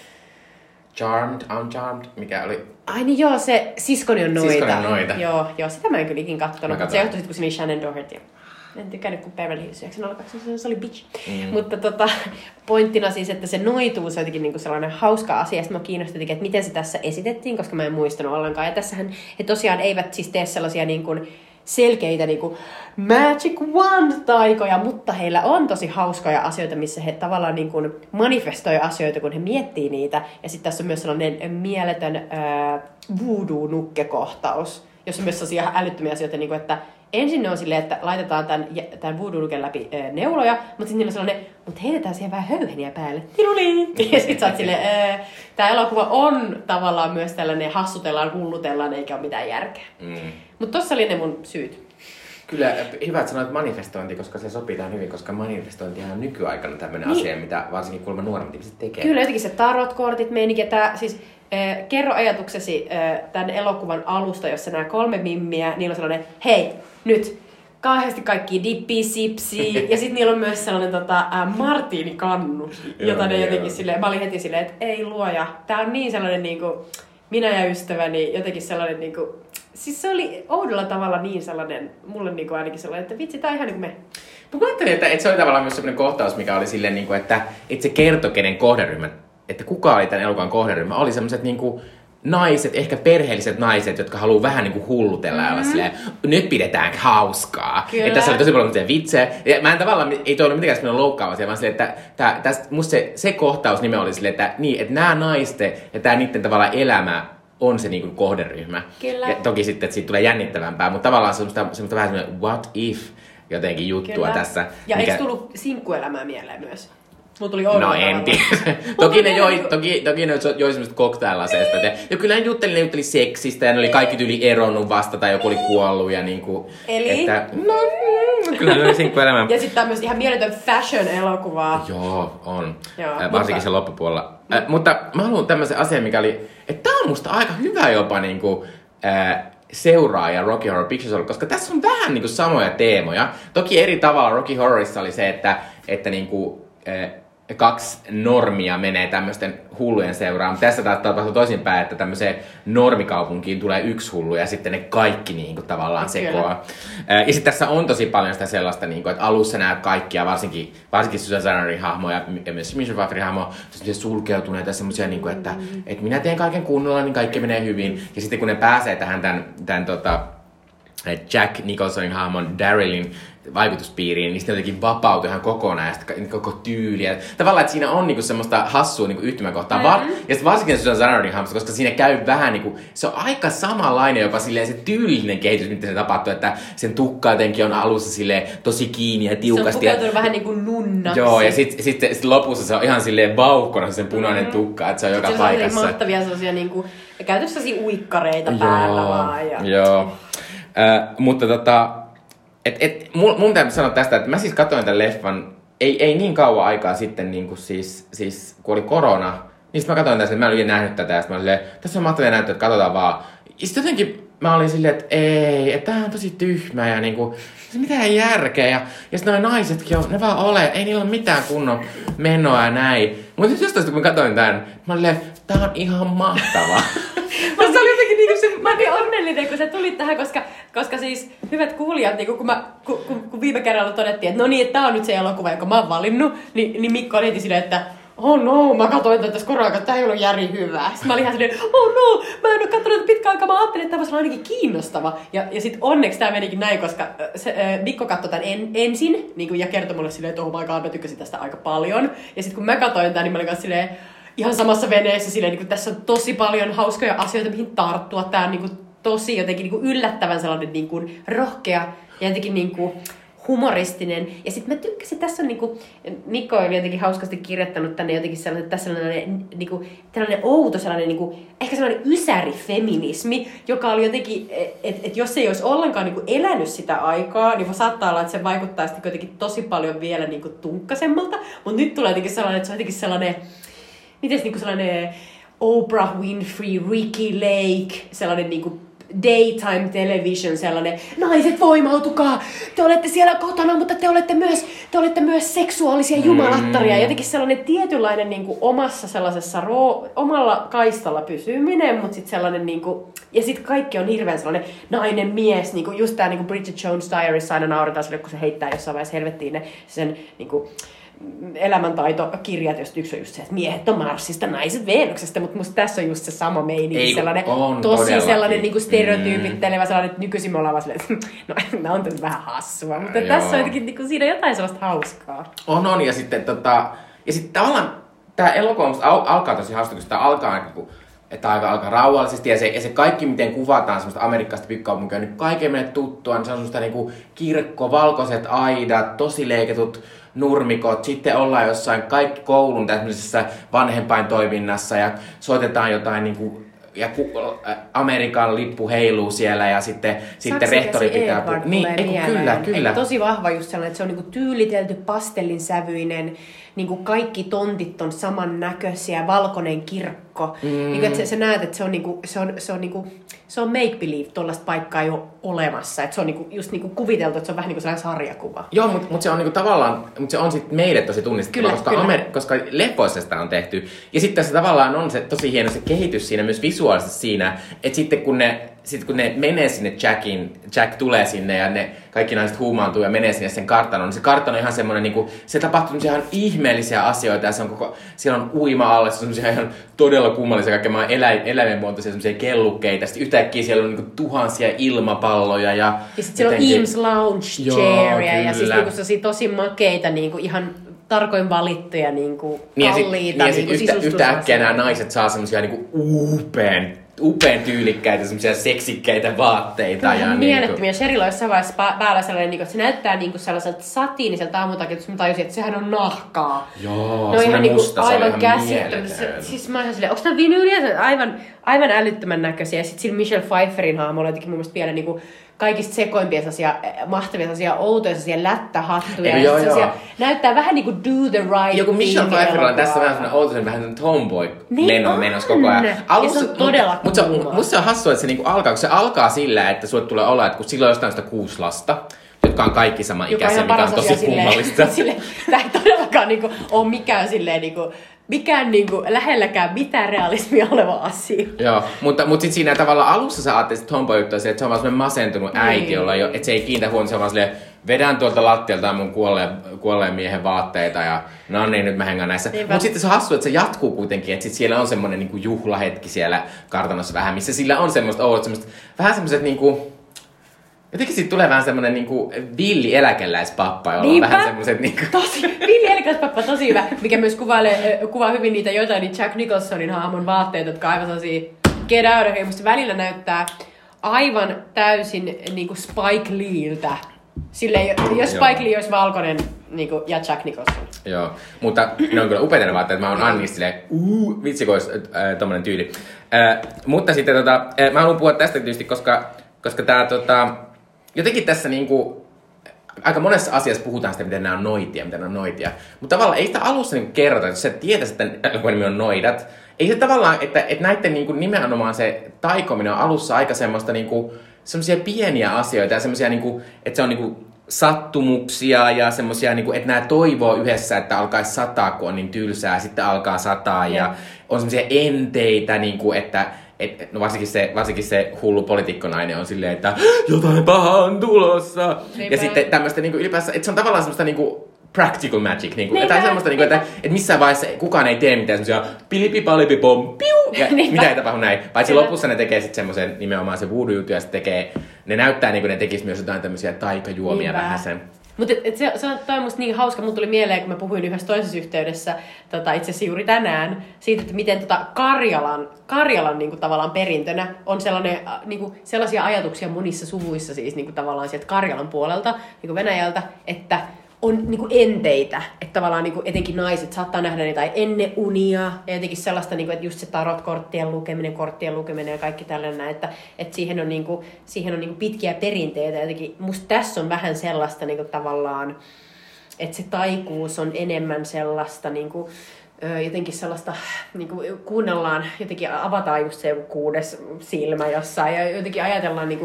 Charmed, Uncharmed, mikä oli? Ai niin joo, se Siskoni on noita. Siskoni on noita. Joo, joo, sitä mä en kyllä ikin kattonut, Mä mutta se johtui sit, kun siinä oli Shannon Doherty. En tykännyt, kun Beverly Hills yhdeksänsataakaksi, se oli bitch. Mm. Mutta tota, pointtina siis, että se Noituus on jotenkin niinku sellainen hauska asia. Sitten mä kiinnostin, että miten se tässä esitettiin, koska mä en muistanut ollenkaan. Ja tässähän he tosiaan eivät siis tee sellaisia niinku selkeitä niinku Magic Wand-taikoja, mutta heillä on tosi hauskoja asioita, missä he tavallaan niinku manifestoi asioita, kun he miettii niitä. Ja sitten tässä on myös sellainen mieletön äh, voodoo-nukkekohtaus, jossa on myös sellaisia ihan älyttömiä asioita, niinku, että ensin ne on silleen, että laitetaan tämän, tämän voodoo-nuken läpi e, neuloja, mutta sitten niillä on sellainen, mutta heitetään siihen vähän höyheniä päälle. Tiluli! Ja sitten sä oot silleen, e, tämä elokuva on tavallaan myös tällainen, hassutellaan, hullutellaan, eikä ole mitään järkeä. Mm. Mutta tossa oli ne mun syyt. Kyllä, hyvä, että sanoit manifestointi, koska se sopii tähän hyvin, koska manifestointi on nykyaikana tämmöinen niin asia, mitä varsinkin kuulemma nuoremmat ihmiset tekee. Kyllä, jotenkin se tarotkortit meininki, että siis äh, kerro ajatuksesi äh, tämän elokuvan alusta, jossa nämä kolme mimmiä, niillä on sellainen, hei, nyt, kauheasti kaikki dippi, sipsi, ja sitten niillä on myös sellainen tota, äh, martiinikannu, jota ne jotenkin silleen, mä olin heti silleen, että ei luoja, tää on niin sellainen niinku, minä ja ystäväni, jotenkin sellainen niinku, siis se oli oudolla tavalla niin sellainen, mulle niinku ainakin sellainen, että vitsi, tää on ihan niin kuin me. Mutta mä ajattelin, että, että se oli tavallaan myös sellainen kohtaus, mikä oli silleen, niin kuin, että, että se kertoi kenen kohderyhmä, että kuka oli tämän elokuvan kohderyhmä, oli sellaiset niin kuin naiset, ehkä perheelliset naiset, jotka haluaa vähän niin kuin hullutella mm-hmm. ja olla silleen, nyt pidetään hauskaa. Kyllä. Että tässä oli tosi paljon vitsejä. Ja mä en tavallaan, ei toi ollut mitenkään semmoinen loukkaava asia, vaan silleen, että tää, tästä, musta se, se kohtaus nimen oli silleen, että, niin, että nämä naisten ja tämä niiden tavallaan elämä on se niin kuin kohderyhmä. Kyllä. Ja toki sitten, että siitä tulee jännittävämpää, mutta tavallaan semmoista, semmoista vähän semmoinen what if jotenkin juttua Kyllä. tässä. Ja mikä... eikö tullut sinkkuelämää mieleen myös? Mulla tuli oudolla No en tiedä. toki, ne joi, toki, toki ne joi semmoista cocktail-aseesta. Ja kyllä ne jutteli, ne jutteli seksistä ja ne oli kaikki tyyli eronnut vasta tai joku oli kuollut ja niinku... Eli? Että, no, mm, kyllä ne oli sinkkuelämä. Ja sitten tämmöistä ihan mieletön fashion-elokuvaa. Joo, on. Joo, äh, varsinkin mutta... se loppupuolella. Äh, mutta mä haluan tämmöisen asian, mikä oli... Että tää on musta aika hyvä jopa niinku... Äh, seuraaja Rocky Horror Picture Show, koska tässä on vähän niinku samoja teemoja. Toki eri tavalla Rocky Horrorissa oli se, että, että niinku, äh, kaksi normia menee tämmöisten hullujen seuraan. Tässä taas tapahtuu toisinpäin, että tämmöiseen normikaupunkiin tulee yksi hullu ja sitten ne kaikki niin kuin, tavallaan sekoaa. Ja sitten tässä on tosi paljon sitä sellaista, niin kuin, että alussa näet kaikkia, varsinkin, varsinkin Susan Sarandon hahmoja ja myös Michelle Pfeifferin hahmo, semmoisia sulkeutuneita, semmoisia, niin kuin, että, että minä teen kaiken kunnolla, niin kaikki menee hyvin. Ja sitten kun ne pääsee tähän tämän, tämän tota, Jack Nicholsonin hahmon Darrylin vaikutuspiiriin, niin sitten jotenkin vapautui ihan kokonaan ja sitten koko tyyliä. Tavallaan, että siinä on niinku semmoista hassua niinku yhtymäkohtaa. Mm-hmm. Var- ja sitten varsinkin Susan Sarandon hahmosta, koska siinä käy vähän niinku, se on aika samanlainen jopa silleen se tyylinen kehitys, mitä se tapahtuu, että sen tukka jotenkin on alussa silleen tosi kiinni ja tiukasti. Se on pukeutunut vähän niinku nunnaksi. Joo, ja sitten sit, sit lopussa se on ihan silleen vauhkona sen punainen mm-hmm. tukka, että se on joka se paikassa. Se on mahtavia sellaisia niinku, käytössä sellaisia uikkareita päällä vaan. Ja... Joo, äh, mutta tota... Et, et, mun, mun täytyy sanoa tästä, että mä siis katsoin tämän leffan ei, ei niin kauan aikaa sitten, niin kuin siis, siis, kun oli korona. Niin sitten mä katsoin tästä, että mä en ole nähnyt tätä. Ja sitten mä olin silleen, tässä on mahtavia näyttöjä, että katsotaan vaan. Ja sitten jotenkin mä olin silleen, että ei, että tää on tosi tyhmä ja niinku, se mitään järkeä. Ja, ja sitten noi naisetkin on, ne vaan ole, ei niillä ole mitään kunnon menoa ja näin. Mutta nyt jostain, kun mä katsoin tän, mä olin silleen, tää on ihan mahtavaa. Mutta se oli jotenkin niinku se, mä olin onnellinen, kun sä tulit tähän, koska, koska siis hyvät kuulijat, niin kun, mä, kun, kun, kun viime kerralla todettiin, että no niin, että tää on nyt se elokuva, jonka mä oon valinnut, niin, niin Mikko oli heti silleen, että oh no, mä katsoin tätä tässä korona, että tää ei ollut Jari hyvää. Sitten mä olin ihan silleen, oh no, mä en oo katsonut pitkään aikaa, mä ajattelin, että tää voisi olla ainakin kiinnostava. Ja, ja sit onneksi tää menikin näin, koska se, äh, Mikko katsoi tän en, ensin niin ja kertoi mulle silleen, että oh my god, mä tykkäsin tästä aika paljon. Ja sit kun mä katsoin tän, niin mä olin kanssa silleen, ihan samassa veneessä silleen, niin kuin tässä on tosi paljon hauskoja asioita, mihin tarttua. Tää on niin kuin, tosi jotenkin niin kuin yllättävän sellainen niin kuin, rohkea ja jotenkin niin kuin, humoristinen. Ja sitten mä tykkäsin, tässä on niinku, Mikko oli jotenkin hauskasti kirjoittanut tänne jotenkin sellainen, että tässä on sellainen, niinku, tällainen outo, sellainen, niinku, ehkä sellainen ysärifeminismi, joka oli jotenkin, että et jos ei olisi ollenkaan niinku elänyt sitä aikaa, niin saattaa olla, että se vaikuttaa sitten jotenkin tosi paljon vielä niinku tunkkasemmalta. Mutta nyt tulee jotenkin sellainen, että se on jotenkin sellainen, miten niinku sellainen Oprah Winfrey, Ricky Lake, sellainen niinku daytime television, sellainen, naiset voimautukaa, te olette siellä kotona, mutta te olette myös, te olette myös seksuaalisia jumalattaria. Mm. Jotenkin sellainen tietynlainen niin kuin omassa sellaisessa roo, omalla kaistalla pysyminen, mutta sitten sellainen, niin kuin, ja sitten kaikki on hirveän sellainen nainen, mies, niin kuin just tämä niin Bridget Jones Diaries aina nauretaan sille, kun se heittää jossain vaiheessa helvettiin ne sen niin kuin, elämäntaitokirjat, josta yksi on just se, että miehet on Marsista, naiset Venuksesta, mutta musta tässä on just se sama meininki, sellainen on, tosi todellakin. Sellainen niin kuin stereotyypittelevä, sellainen, että nykyisin me ollaan vaan silleen, että no, nämä on nyt vähän hassua, mutta Joo. tässä on jotenkin niin kuin, siinä jotain sellaista hauskaa. On, on, ja sitten tota, ja sitten tavallaan tämä elokuva al- alkaa tosi hauska, kun sitä alkaa aika, että aika alkaa rauhallisesti, ja se, ja se kaikki, miten kuvataan semmoista amerikkalaista pikkukaupunkia, niin kaiken meille tuttua, niin se on semmoista niinku kirkko, valkoiset aidat, tosi leiketut nurmikot, sitten ollaan jossain kaikki koulun tämmöisessä vanhempaintoiminnassa ja soitetaan jotain niinku, ja ku, Amerikan lippu heiluu siellä ja sitten, sitten rehtori pitää puhua. Niin, eiku, kyllä, kyllä. Et tosi vahva just sellainen, että se on niinku tyylitelty pastellin sävyinen, niinku kaikki tontit on samannäköisiä, valkoinen kirkko. Mm. Niinku, että sä, sä näet, että se on, niinku, se on, se on, niinku, se on make-believe, tuollaista paikkaa jo olemassa. Että se on niinku, just niinku kuviteltu, että se on vähän niin kuin sellainen sarjakuva. Joo, mutta mut se on niinku tavallaan, mutta se on sitten meille tosi tunnistettava, koska, Amer- koska leffoissa sitä on tehty. Ja sitten tässä tavallaan on se tosi hieno se kehitys siinä, myös visuaalisesti siinä, että sitten kun ne, sit kun ne menee sinne Jackin, Jack tulee sinne ja ne kaikki naiset huumaantuu ja menee sinne sen kartanoon, niin se kartano on ihan semmoinen, niinku, se tapahtuu ihan ihmeellisiä asioita ja se on koko, siellä on uima-alle, se on semmoisia ihan todella kummallisia, kaikkea maa elä, eläimenmuotoisia semmoisia kellukkeita, sitten yhtäkkiä siellä on niinku tuhansia ilmapalloja ja... Ja sitten siellä on Eames Lounge Chairia ja siis niinku tosi makeita, niinku ihan tarkoin valittuja, niinku niin kalliita ja sit, niinku niin yhtä, yhtäkkiä nämä naiset saa semmoisia niinku upean upean tyylikkäitä, semmoisia seksikkäitä vaatteita. Tämä ja on niinku... mielettömiä. Jos Sherilla on jossain vaiheessa päällä sellainen, niin kuin, että se näyttää niin kuin sellaiselta satiiniselta aamutakin, että mä tajusin, että sehän on nahkaa. Joo, ne on ihan niin kuin, musta, aivan se käsittämätöntä. Siis mä ihan silleen, onko tää vinyyliä? Aivan, aivan älyttömän näköisiä. Ja sit sillä Michelle Pfeifferin hahmolla jotenkin mun mielestä vielä niin kuin kaikista sekoimpia sellaisia, mahtavia sellaisia outoja sellaisia lättähattuja. Joo, ja joo. Näyttää vähän niin kuin do the right joku Michelle thing Pfeiffer on tässä vähän elokuvaa. sellainen outoisen vähän tomboy Niin lennon on. menossa koko ajan. Ja se on todella Mutta kuuma. musta se on hassua, että se niinku alkaa, kun se alkaa sillä, että sulle tulee olla, että kun silloin on jostain sitä kuusi lasta, jotka on kaikki sama ikäisiä, mikä on tosi kummallista. Tämä ei todellakaan niinku ole mikään silleen niinku, mikään niinku lähelläkään mitään realismia oleva asia. Joo, mutta, mutta sitten siinä tavallaan alussa sä ajattelit tomboy-juttua, että se on vaan semmoinen masentunut äiti, Niin. jolla ei ole, että se ei kiinnitä huomioon, se on vaan silleen, vedän tuolta lattialta mun kuolleen, kuolleen miehen vaatteita ja no niin, nyt mä hengaan näissä. Mutta sitten se on hassua, että se jatkuu kuitenkin, että sit siellä on semmoinen niinku juhlahetki siellä kartanossa vähän, missä sillä on semmoista, oh, semmoista vähän semmoiset niinku, jotenkin siitä tulee vähän semmonen niinku villi eläkeläispappa, jolla on vähän semmoset niinku... Tosi, villi eläkeläispappa, tosi hyvä, mikä myös kuvailee, kuvaa hyvin niitä jotain niin Jack Nicholsonin hahmon vaatteita, jotka on aivan sellaisia get out of here. Musta välillä näyttää aivan täysin niinku Spike Leeltä. Silleen, jos Spike Lee olisi valkoinen niinku, ja Jack Nicholson. Joo, mutta ne on kyllä upeita ne vaatteet. Mä oon Anni silleen, uuu, vitsi kun olisi äh, tommonen tyyli. Äh, mutta sitten tota, äh, mä haluan puhua tästä tietysti, koska, koska tää tota... Jotenkin tässä niinku, aika monessa asiassa puhutaan sitä, miten nämä on noitia, miten nämä on noitia. Mutta tavallaan ei sitä alussa niinku kerrota, jos sä tietäisi, että elokuvan nimi on Noidat. Ei se tavallaan, että, että näiden niinku nimenomaan se taikominen on alussa aika semmoista niinku, semmoisia pieniä asioita ja semmoisia niinku, että se on niinku sattumuksia ja semmoisia, niinku, että nämä toivoo yhdessä, että alkaisi sataa, kun on niin tylsää, sitten alkaa sataa ja, ja on semmoisia enteitä, niinku, että Et, no varsinkin se, varsinkin se hullu poliitikkonainen on silleen, että jotain pahaa on tulossa. Niinpä. Ja sitten tämmöistä niinku ylipäänsä, että se on tavallaan semmoista niinku practical magic. Niinku, tai semmoista, niinku, että, että missään vaiheessa kukaan ei tee mitään semmoisia pilipipalipipom, piu, ja mitä ei tapahdu näin. Paitsi lopussa ne tekee sitten semmoisen nimenomaan se voodoo-juttu ja sitten tekee, ne näyttää niinku ne tekis myös jotain tämmöisiä taikajuomia vähän sen. Mutta se, se on toi musta niin hauska. Mun tuli mieleen, kun mä puhuin yhdessä toisessa yhteydessä, tota, itse asiassa juuri tänään, siitä, että miten tota Karjalan, Karjalan niinku, tavallaan perintönä on sellainen, niinku, sellaisia ajatuksia monissa suvuissa, siis niinku, tavallaan sieltä Karjalan puolelta, niinku Venäjältä, että on niinku enteitä, että tavallaan niinku etenkin naiset saattaa nähdä jotain ennen unia ja jotenkin sellaista, niinku, että just se tarot-korttien lukeminen, korttien lukeminen ja kaikki tällainen, että, että siihen on, niinku, siihen on niinku pitkiä perinteitä. Jotenkin musta tässä on vähän sellaista niinku, tavallaan, että se taikuus on enemmän sellaista niinku, jotenkin sellaista, niinku, kuunnellaan, jotenkin avataan just se joku kuudes silmä jossain ja jotenkin ajatellaan niinku,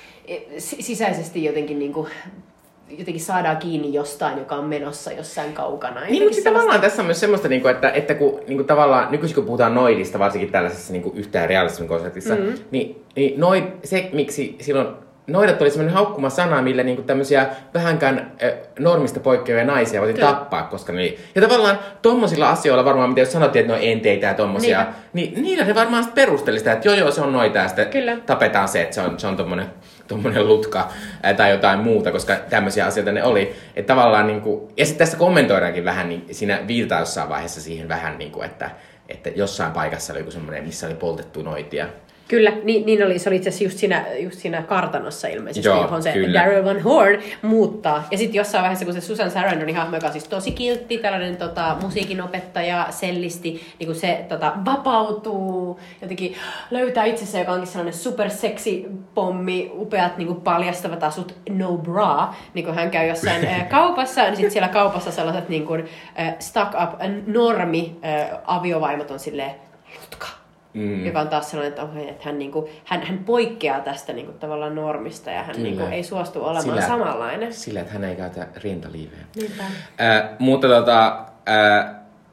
sisäisesti jotenkin niinku, jotenkin saadaan kiinni jostain, joka on menossa jossain kaukana. Niin, mutta sellaista... tavallaan tässä on myös semmoista, että, että kun niin tavallaan, nykyisin kun puhutaan noidista, varsinkin tällaisessa niin yhtään realismin konseptissa, mm-hmm. niin, niin noid, se, miksi silloin noidat oli semmoinen haukkuma sana, millä niin tämmöisiä vähänkään äh, normista poikkeavia naisia voitiin Kyllä. tappaa, koska ne oli... Ja tavallaan tommosilla asioilla varmaan, mitä jos sanottiin, että ne on enteitä ja tommosia, Niinpä. niin niillä ne varmaan sitten perusteli sitä, että joo joo, se on noita ja sitten Kyllä. tapetaan se, että se on, se on tommonen... tuommoinen lutka ää, tai jotain muuta, koska tämmöisiä asioita ne oli. Että tavallaan niinku, ja sitten tässä kommentoidaankin vähän, niin siinä viitataan jossain vaiheessa siihen vähän, niinku, että, että jossain paikassa oli joku semmoinen, missä oli poltettu noitia. Kyllä, niin, niin oli. Se oli itse asiassa just siinä, just siinä kartanossa ilmeisesti, Joo, johon se kyllä. Daryl Van Horn muuttaa. Ja sitten jossain vaiheessa, kun se Susan Sarandon hahmo, joka on siis tosi kiltti, tällainen tota, musiikinopettaja, sellisti, niin kun se tota, vapautuu, jotenkin löytää itsensä, joka onkin sellainen superseksi pommi, upeat niin kuin paljastavat asut, no bra, niin kun hän käy jossain äh, kaupassa, niin sitten siellä kaupassa sellaiset niin kuin, äh, stuck up äh, normi äh, aviovaimot on silleen, lutka. Mm. Joka on taas sellainen, että, okay, että hän, niinku, hän, hän poikkeaa tästä niinku, tavallaan normista ja hän niinku, ei suostu olemaan sillä, samanlainen. Sillä, että hän ei käytä rintaliiveä. Niinpä. Äh, mutta tota, äh,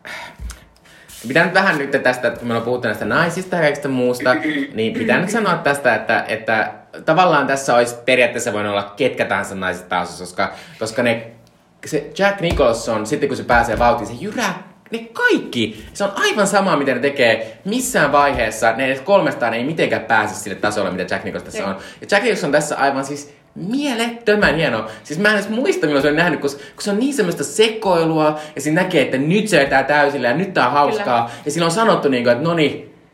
pitää nyt vähän nyt tästä, että kun me ollaan puhuttu näistä naisista ja kaikista muusta, niin pitää nyt sanoa tästä, että, että tavallaan tässä olisi periaatteessa voinut olla ketkä tahansa naiset taas, koska, koska ne, se Jack Nicholson, sitten kun se pääsee vauhtiin, se jyrää ne kaikki. Se on aivan sama, mitä ne tekee. Missään vaiheessa ne edes kolmestaan ei mitenkään pääse sille tasolle, mitä Jack Nicholson tässä on. Ja Jack Nicholson on tässä aivan siis mielettömän hieno. Siis mä en edes muista, milloin se on nähnyt, kun, kun se on niin semmoista sekoilua, ja siinä näkee, että nyt se vetää täysillä, ja nyt tää on hauskaa. Kyllä. Ja sillä on sanottu, niin kuin, että no niin, nyt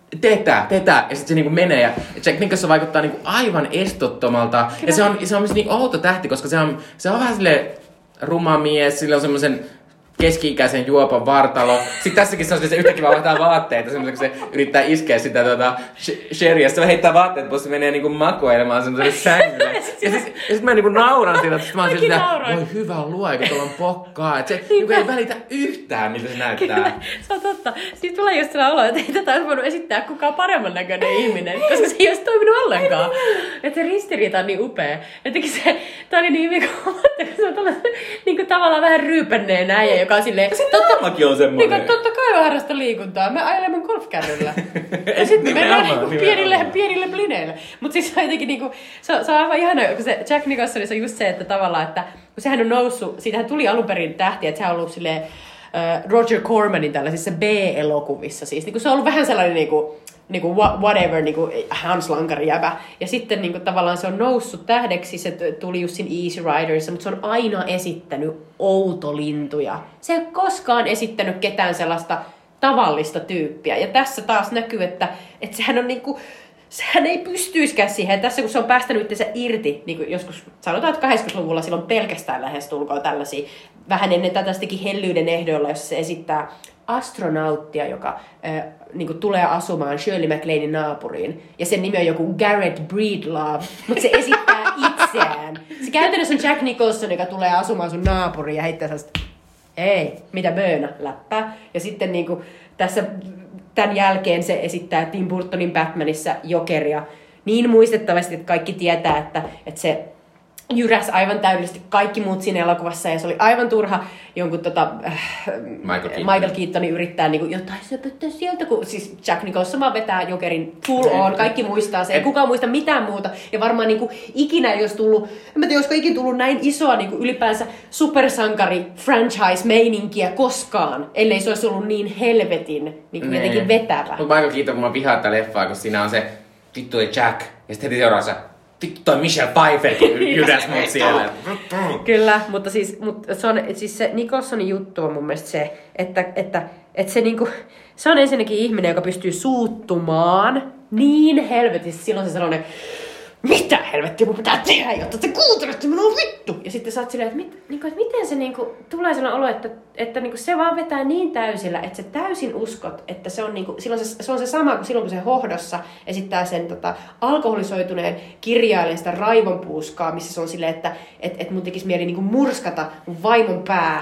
tee tää, tee tää. Ja sit se niinku menee ja Jack Nicholson vaikuttaa niinku aivan estottomalta. Kyllä. Ja se on, se on myös niin outo tähti, koska se on, se on vähän silleen ruma mies, sillä on semmoisen keski-ikäisen juopan vartalo. Sitten tässäkin se on se yhtäkkiä vaan vaihtaa vaatteita, semmoisen, kun se yrittää iskeä sitä tuota, sherryä. Se heittää vaatteet, kun se menee niinku makoilemaan semmoiselle sängylle. Ja sitten sit mä niinku nauran siitä, että mä oon silleen, voi hyvä luo, kun tuolla on pokkaa. Että se niinku ei välitä yhtään, miltä se näyttää. Kyllä, se on totta. Siitä tulee just sellainen olo, että ei tätä olisi voinut esittää kukaan paremman näköinen ihminen, koska se ei olisi toiminut ollenkaan. Että se ristiriita on niin upea. Jotenkin se, tää oli niin hyvin, kun se on tällainen niin tavallaan vähän ryypänneen äijä, joka on silleen... Totta, on semmoinen. Niin, totta kai mä harrastan liikuntaa. Mä ajelen mun golfkärryllä. Ja sitten mennään niinku pienille, pienille blineille. Mut siis se on jotenkin niinku... Se, se on aivan ihana, kun se Jack Nicholsonissa on just se, että tavallaan, että... Kun sehän on noussut... Siitähän tuli alun perin tähti, että sehän on ollut silleen... Uh, Roger Cormanin tällaisissa B-elokuvissa. Siis niin se on ollut vähän sellainen... Niinku, niinku whatever, niinku Hans Lankari jäbä. Ja sitten niinku tavallaan se on noussut tähdeksi, se tuli just siinä Easy Riderissa, mutta se on aina esittänyt outolintuja. Se ei ole koskaan esittänyt ketään sellaista tavallista tyyppiä. Ja tässä taas näkyy, että, että sehän on niinku, sehän ei pystyisikään siihen. Ja tässä kun se on päästänyt itsensä irti, niin kuin joskus sanotaan, että kahdeksankymmentäluvulla silloin pelkästään lähestulkoon tällaisia, vähän ennen tätä teki Hellyyden ehdoilla, jossa se esittää astronauttia, joka äh, niin tulee asumaan Shirley MacLainen naapuriin. Ja sen nimi on joku Garrett Breedlove, mutta se esittää itseään. Se käytännössä on Jack Nicholson, joka tulee asumaan sun naapuriin ja heittää sellaista, ei, mitä böönä, läppää. Ja sitten niin kuin, tässä tämän jälkeen se esittää Tim Burtonin Batmanissa Jokeria niin muistettavasti, että kaikki tietää, että, että se jyräs aivan täydellisesti kaikki muut siinä elokuvassa, ja se oli aivan turha jonkun tota, äh, Michael, Keaton. Michael Keatonin yrittää niin kuin, jotain söpöttää sieltä, kun siis Jack Nicholson vaan vetää Jokerin full on, kaikki muistaa se, ei kukaan muista mitään muuta, ja varmaan niin kuin, ikinä ei olisi tullut, en mä tiedä, olisiko ikinä tullut näin isoa niin kuin, ylipäänsä supersankari franchise-meininkiä koskaan, ellei se olisi ollut niin helvetin niin kuin, jotenkin vetävä. Mutta Michael Keaton, kun mä vihaan tätä leffaa, kun siinä on se vittu Jack, ja sitten heti seuraa se vittu toi Michelle Pfeifferkin jydäs mut siellä. Kyllä, mutta siis, mutta se, on, siis se Nicholsonin juttu on mun mielestä se, että, että, että se, niinku, se on ensinnäkin ihminen, joka pystyy suuttumaan niin helvetissä. Silloin se sellainen, mitä helvettiä mun pitää tehdä, jotta te kuuntelette minua vittu. Ja sitten sä oot silleen, että, mit, niinku, että miten se niinku, tulee sellainen olo, että, että niinku, se vaan vetää niin täysillä, että sä täysin uskot, että se on, niinku, silloin se, se on se sama kuin silloin, kun se Hohdossa esittää sen tota, alkoholisoituneen kirjailijan sitä raivonpuuskaa, missä se on silleen, että et, et mun tekisi mieli niinku, murskata mun vaimon pää.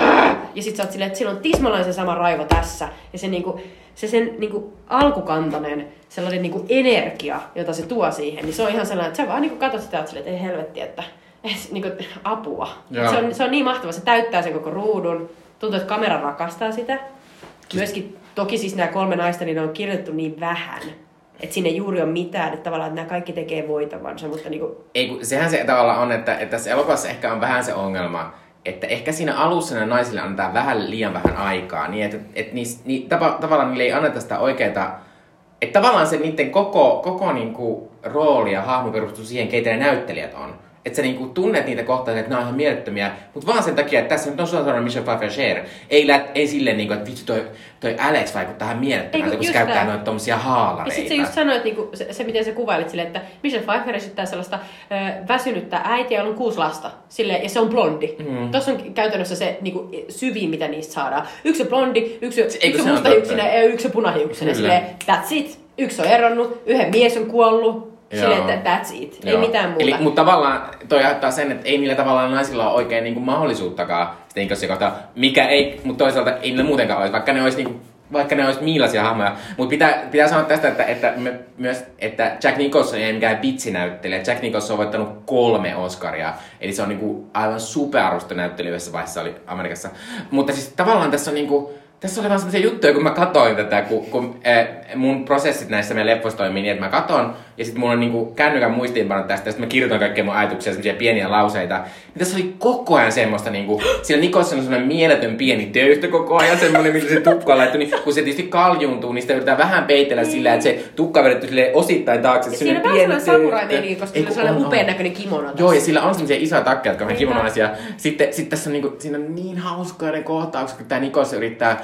Ja sit sä oot silleen, että sillä on tismallaan se sama raivo tässä. Ja se, niinku, se sen niinku, alkukantainen sellainen niinku, energia, jota se tuo siihen, niin se on ihan sellainen, että sä vaan niinku, katsot sitä, että ei helvetti, että et, niinku, apua. Se on, se on niin mahtava, se täyttää sen koko ruudun. Tuntuu, että kamera rakastaa sitä. Myöskin, toki siis nämä kolme naista, niin ne on kirjoitettu niin vähän. Että siinä ei juuri ole mitään, että tavallaan että nämä kaikki tekee voitavansa, mutta niinku... Ei, kun sehän se tavallaan on, että, että tässä elokuvassa ehkä on vähän se ongelma, että ehkä siinä alussa ne naisille annetaan vähän liian vähän aikaa, niin että et niis, ni, tapa, tavallaan niille ei anneta sitä oikeaa, että tavallaan se niiden koko, koko niinku, rooli ja hahmo perustuu siihen, keitä ne näyttelijät on. Että sä niinku tunnet niitä kohtaisia, että nämä on ihan mielettömiä, mutta vaan sen takia, että tässä nyt on suoraan Michelle Pfeiffer Cher. Ei, lä- ei silleen, niinku, että vitsi toi, toi Alex vaikuttaa ihan mielettömältä, kun se käyttää noita tommosia haalareita. Ja sit sä just sanoit, niinku, se, se miten sä kuvailit silleen, että Michelle Pfeiffer esittää sellaista ö, väsynyttä äitiä, jolla on kuusi lasta. Silleen, ja se on blondi. Mm. Tuossa on käytännössä se niinku, syvin, mitä niistä saadaan. Yksi on blondi, yksi, yksi on mustahiuksinen ja yksi on punahiuksinen. Silleen, that's it. Yksi on eronnut, yhden mies on kuollut. Silleen, että that's it. Joo. Ei mitään muuta. Eli, mutta tavallaan toi aiheuttaa sen, että ei niillä tavallaan naisilla ole oikein niinku mahdollisuuttakaan sitten se kohta, mikä ei, mutta toisaalta ei niillä muutenkaan olisi, vaikka ne olisi niinku, vaikka ne olisi millaisia hahmoja. Mutta pitää, pitää sanoa tästä, että, että me, myös, että Jack Nicholson ei mikään vitsinäyttelijä. Jack Nicholson on voittanut kolme Oscaria. Eli se on niinku aivan superarvostu näyttelijä yhdessä vaiheessa oli Amerikassa. Mutta siis tavallaan tässä on niinku, tässä oli vaan sellaisia juttuja, kun mä katoin tätä, kun, kun äh, mun prosessit näissä meidän leffoissa toimii niin, että mä katon, ja sitten mulla on niinku kännykän muistiinpanot tästä, ja sitten mä kirjoitan kaikkia mun ajatuksia, semmoisia pieniä lauseita. Ja tässä oli koko ajan semmoista, niinku, sillä Nicholson on semmoinen mieletön pieni töyhtö koko ajan, semmoinen, millä se tukka on laittu, niin kun se tietysti kaljuuntuu, niin sitä yritetään vähän peitellä mm. sillä, että se tukka on vedetty osittain taakse. Ja siinä on vähän sellainen samurai-meni, koska sillä on sellainen upean näköinen kimono tässä. Joo, ja sillä on semmoisia isoja takkeja, jotka on kimonoisia. Sitten sit tässä on, niinku, siinä on niin hauskaa ne kohtaukset, kun tää Nicholson yrittää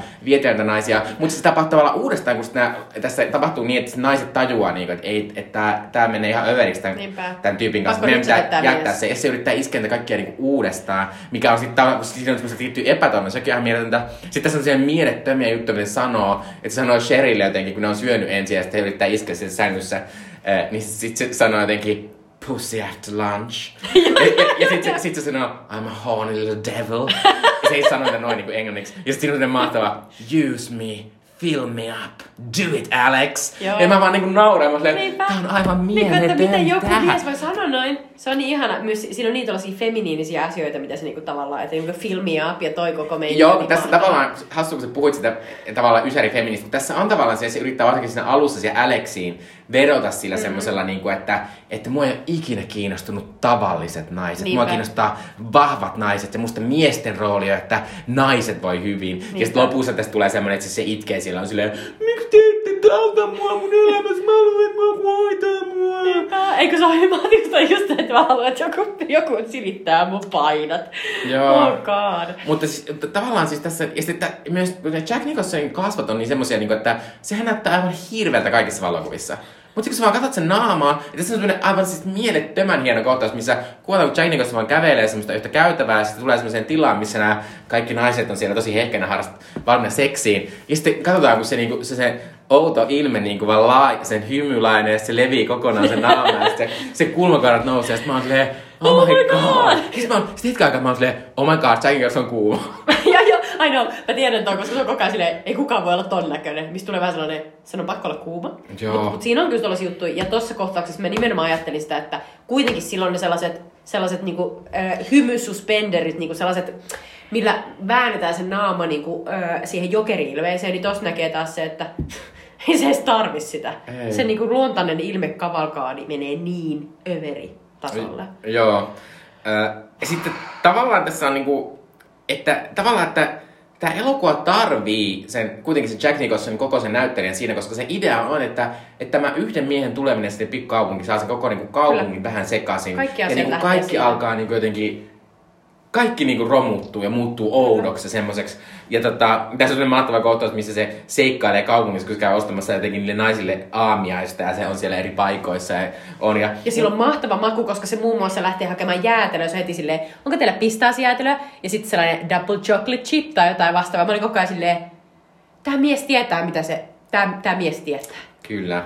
vietyä naisia. Mutta se tapahtuu tavallaan uudestaan, kun nää, tässä tapahtuu niin, että naiset tajuaa, niin kuin, että, ei, että tämä menee ihan överiksi tämän, tämän tyypin kanssa. Meidän pitää jättää mies. Se, ja se yrittää iskeä kaikkia niin uudestaan, mikä on sitten tavallaan, koska siinä on semmoista tiettyä epätoivoa, sekin on ihan mieletöntä. Sitten tässä on sellaisia mielettömiä juttuja, mitä se sanoo, että se sanoo Sherille jotenkin, kun ne on syönyt ensin ja sitten he yrittää iskeä sen sängyssä, äh, niin sitten se sanoo jotenkin pussy after lunch. ja ja, ja sitten se, sit se sanoo I'm a horny little devil. Ja se ei sano sitä noin niin kuin englanniksi. Ja sitten siinä on mahtava use me. Fill me up. Do it, Alex. Joo. Ja mä vaan niinku nauran. Mä silleen, tää on aivan mieletöntä. Niin, miten joku mies voi sanoa noin? Se on niin ihana. Myös siinä on niin tällaisia feminiinisiä asioita, mitä se niinku tavallaan, että niinku fill me up ja toi koko meidän. Joo, niin tässä tavallaan, hassu kun sä puhuit sitä tavallaan ysäri feminististä, tässä on tavallaan se, se yrittää varsinkin siinä alussa siihen Alexiin vedota sillä mm-hmm. semmosella, niinku, että, että mua ei ole ikinä kiinnostunut tavalliset naiset. Niinpä. Mua kiinnostaa vahvat naiset ja musta miesten rooli on, että naiset voi hyvin. Niinpä. Ja sitten lopussa tästä tulee semmoinen, että se, se itkee sillä on silleen, miksi te ette auta mua mun elämässä? Mä haluan, että mua hoitaa mua. Niinpä. Eikö se ole hyvä just, että mä haluan, että joku, joku silittää mun painat. Joo. Oh god. Mutta siis, tavallaan siis tässä, ja sitten myös Jack Nicholsonin kasvot on niin semmosia, että sehän näyttää aivan hirveältä kaikissa valokuvissa. Mutta kun sä vaan katsot sen naamaa, että tässä on semmoinen aivan siis mielettömän hieno kohtaus, missä kuvataan, kun Jack Nicholson vaan kävelee semmoista yhtä käytävää, ja sitten tulee semmoiseen tilaan, missä nämä kaikki naiset on siellä tosi hehkeänä harrastaa valmiina seksiin. Ja sitten katsotaan, kun se, niinku, se, se outo ilme niinku vaan lai, sen hymylainen, ja se levii kokonaan sen naamaan, ja se, se kulmakarvat nousee, ja sitten mä oon silleen, oh, oh my god! god. Sitten hetken aikaa mä oon silleen, oh my god, Jack Nicholson on kuuma. Joo, joo, I know. Mä tiedän ton, koska se on koko ajan silleen, ei kukaan voi olla ton näköinen. Mistä tulee vähän sellainen, sen on pakko olla kuuma. Mutta mut siinä on kyllä tollaisia juttuja. Ja tossa kohtauksessa mä nimenomaan ajattelin sitä, että kuitenkin silloin ne sellaiset, sellaiset niinku, äh, hymysuspenderit, niinku sellaiset, millä väännetään se naama niinku, äh, siihen jokeri-ilmeeseen, niin tossa näkee taas se, että ei se edes tarvi sitä. Ei. Se niinku luontainen ilmekavalkaadi menee niin överi tasolle. Joo. Äh, ja sitten tavallaan tässä on niinku, että tavallaan, että tämä elokuva tarvii sen, kuitenkin sen Jack Nicholsonin koko sen näyttelijän siinä, koska se idea on, että, että tämä yhden miehen tuleminen sitten pikkukaupunkiin saa sen koko niin kuin kaupungin Kyllä. vähän sekaisin. Kaikki ja niin kuin kaikki siitä. alkaa niin kuin jotenkin, kaikki niin kuin romuttuu ja muuttuu oudoksi ja semmoiseksi. Ja tota, tässä on sellainen mahtava kohtaus, missä se seikkailee kaupungissa, kun se käy ostamassa jotenkin niille naisille aamiaista ja se on siellä eri paikoissa. Ja, on, ja, ja sillä on mahtava maku, koska se muun muassa lähtee hakemaan jäätelöä. Se heti silleen, onko teillä pistaasijäätelöä? Ja sitten sellainen double chocolate chip tai jotain vastaavaa. Mä olin koko ajan silleen, tää mies tietää mitä se, tää, tää mies tietää. Kyllä.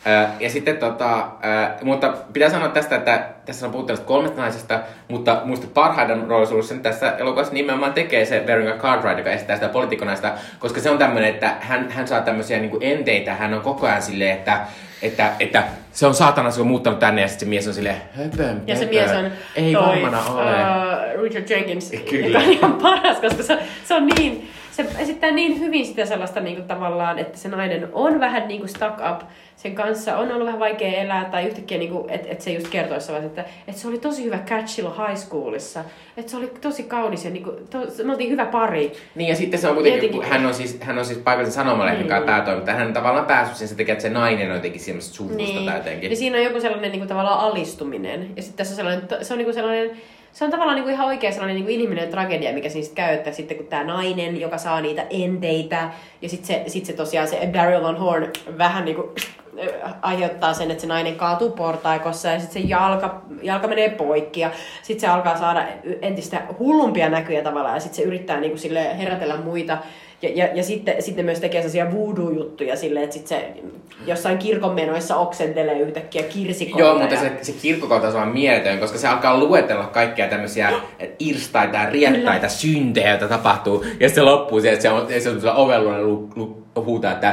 Ja sitten tota, mutta pitää sanoa tästä, että tässä on puhuttu kolmesta naisesta, mutta muista parhaiden roolisuudessa tässä elokuvassa nimenomaan tekee se Veronica Cartwright, joka esittää sitä poliitikkonaista, koska se on tämmöinen, että hän, hän saa tämmöisiä niin kuin enteitä, hän on koko ajan silleen, että, että, että se on saatana, se on muuttanut tänne ja sitten se mies on silleen höpön, ja se mies on ei toi, varmana ole. Uh, Richard Jenkins, Kyllä. joka on ihan paras, koska se, se on niin, se esittää niin hyvin sitä sellaista niin kuin tavallaan, että se nainen on vähän niin kuin stuck up. Sen kanssa on ollut vähän vaikea elää, tai yhtäkkiä, niin että et se just kertoi jossain että et se oli tosi hyvä catch silloin high schoolissa. Että se oli tosi kaunis ja niin kuin, to, me oltiin hyvä pari. Niin ja sitten se on kuitenkin, Jotenkin... hän on siis, hän on siis paikallisen sanomalehden mm. kanssa päätoimittaja. Hän on tavallaan päässyt sen tekee, että se nainen on jotenkin semmoista suvusta niin. tai jotenkin. Ja siinä on joku sellainen niin kuin, tavallaan alistuminen. Ja sitten tässä on sellainen, se on niin kuin sellainen, se on tavallaan niinku ihan oikea sellainen niinku inhimillinen tragedia, mikä siinä käy, että sitten kun tämä nainen, joka saa niitä enteitä, ja sitten se, sit se tosiaan se Daryl Van Horn vähän niinku aiheuttaa sen, että se nainen kaatuu portaikossa ja sitten se jalka, jalka menee poikki ja sitten se alkaa saada entistä hullumpia näkyjä tavallaan ja sitten se yrittää niinku sille herätellä muita. Ja, ja, ja sitten, sitten myös tekee sellaisia voodoo-juttuja silleen, että sitten se jossain kirkonmenoissa oksentelee yhtäkkiä kirsikoita. Joo, mutta ja... se, se kirkkokautta on vaan mieletön, koska se alkaa luetella kaikkia tämmöisiä irstaita ja riettaita syntejä, joita tapahtuu. Ja sitten se loppuu siihen, että se on, se on ovelluinen lu, lu, huutaa, että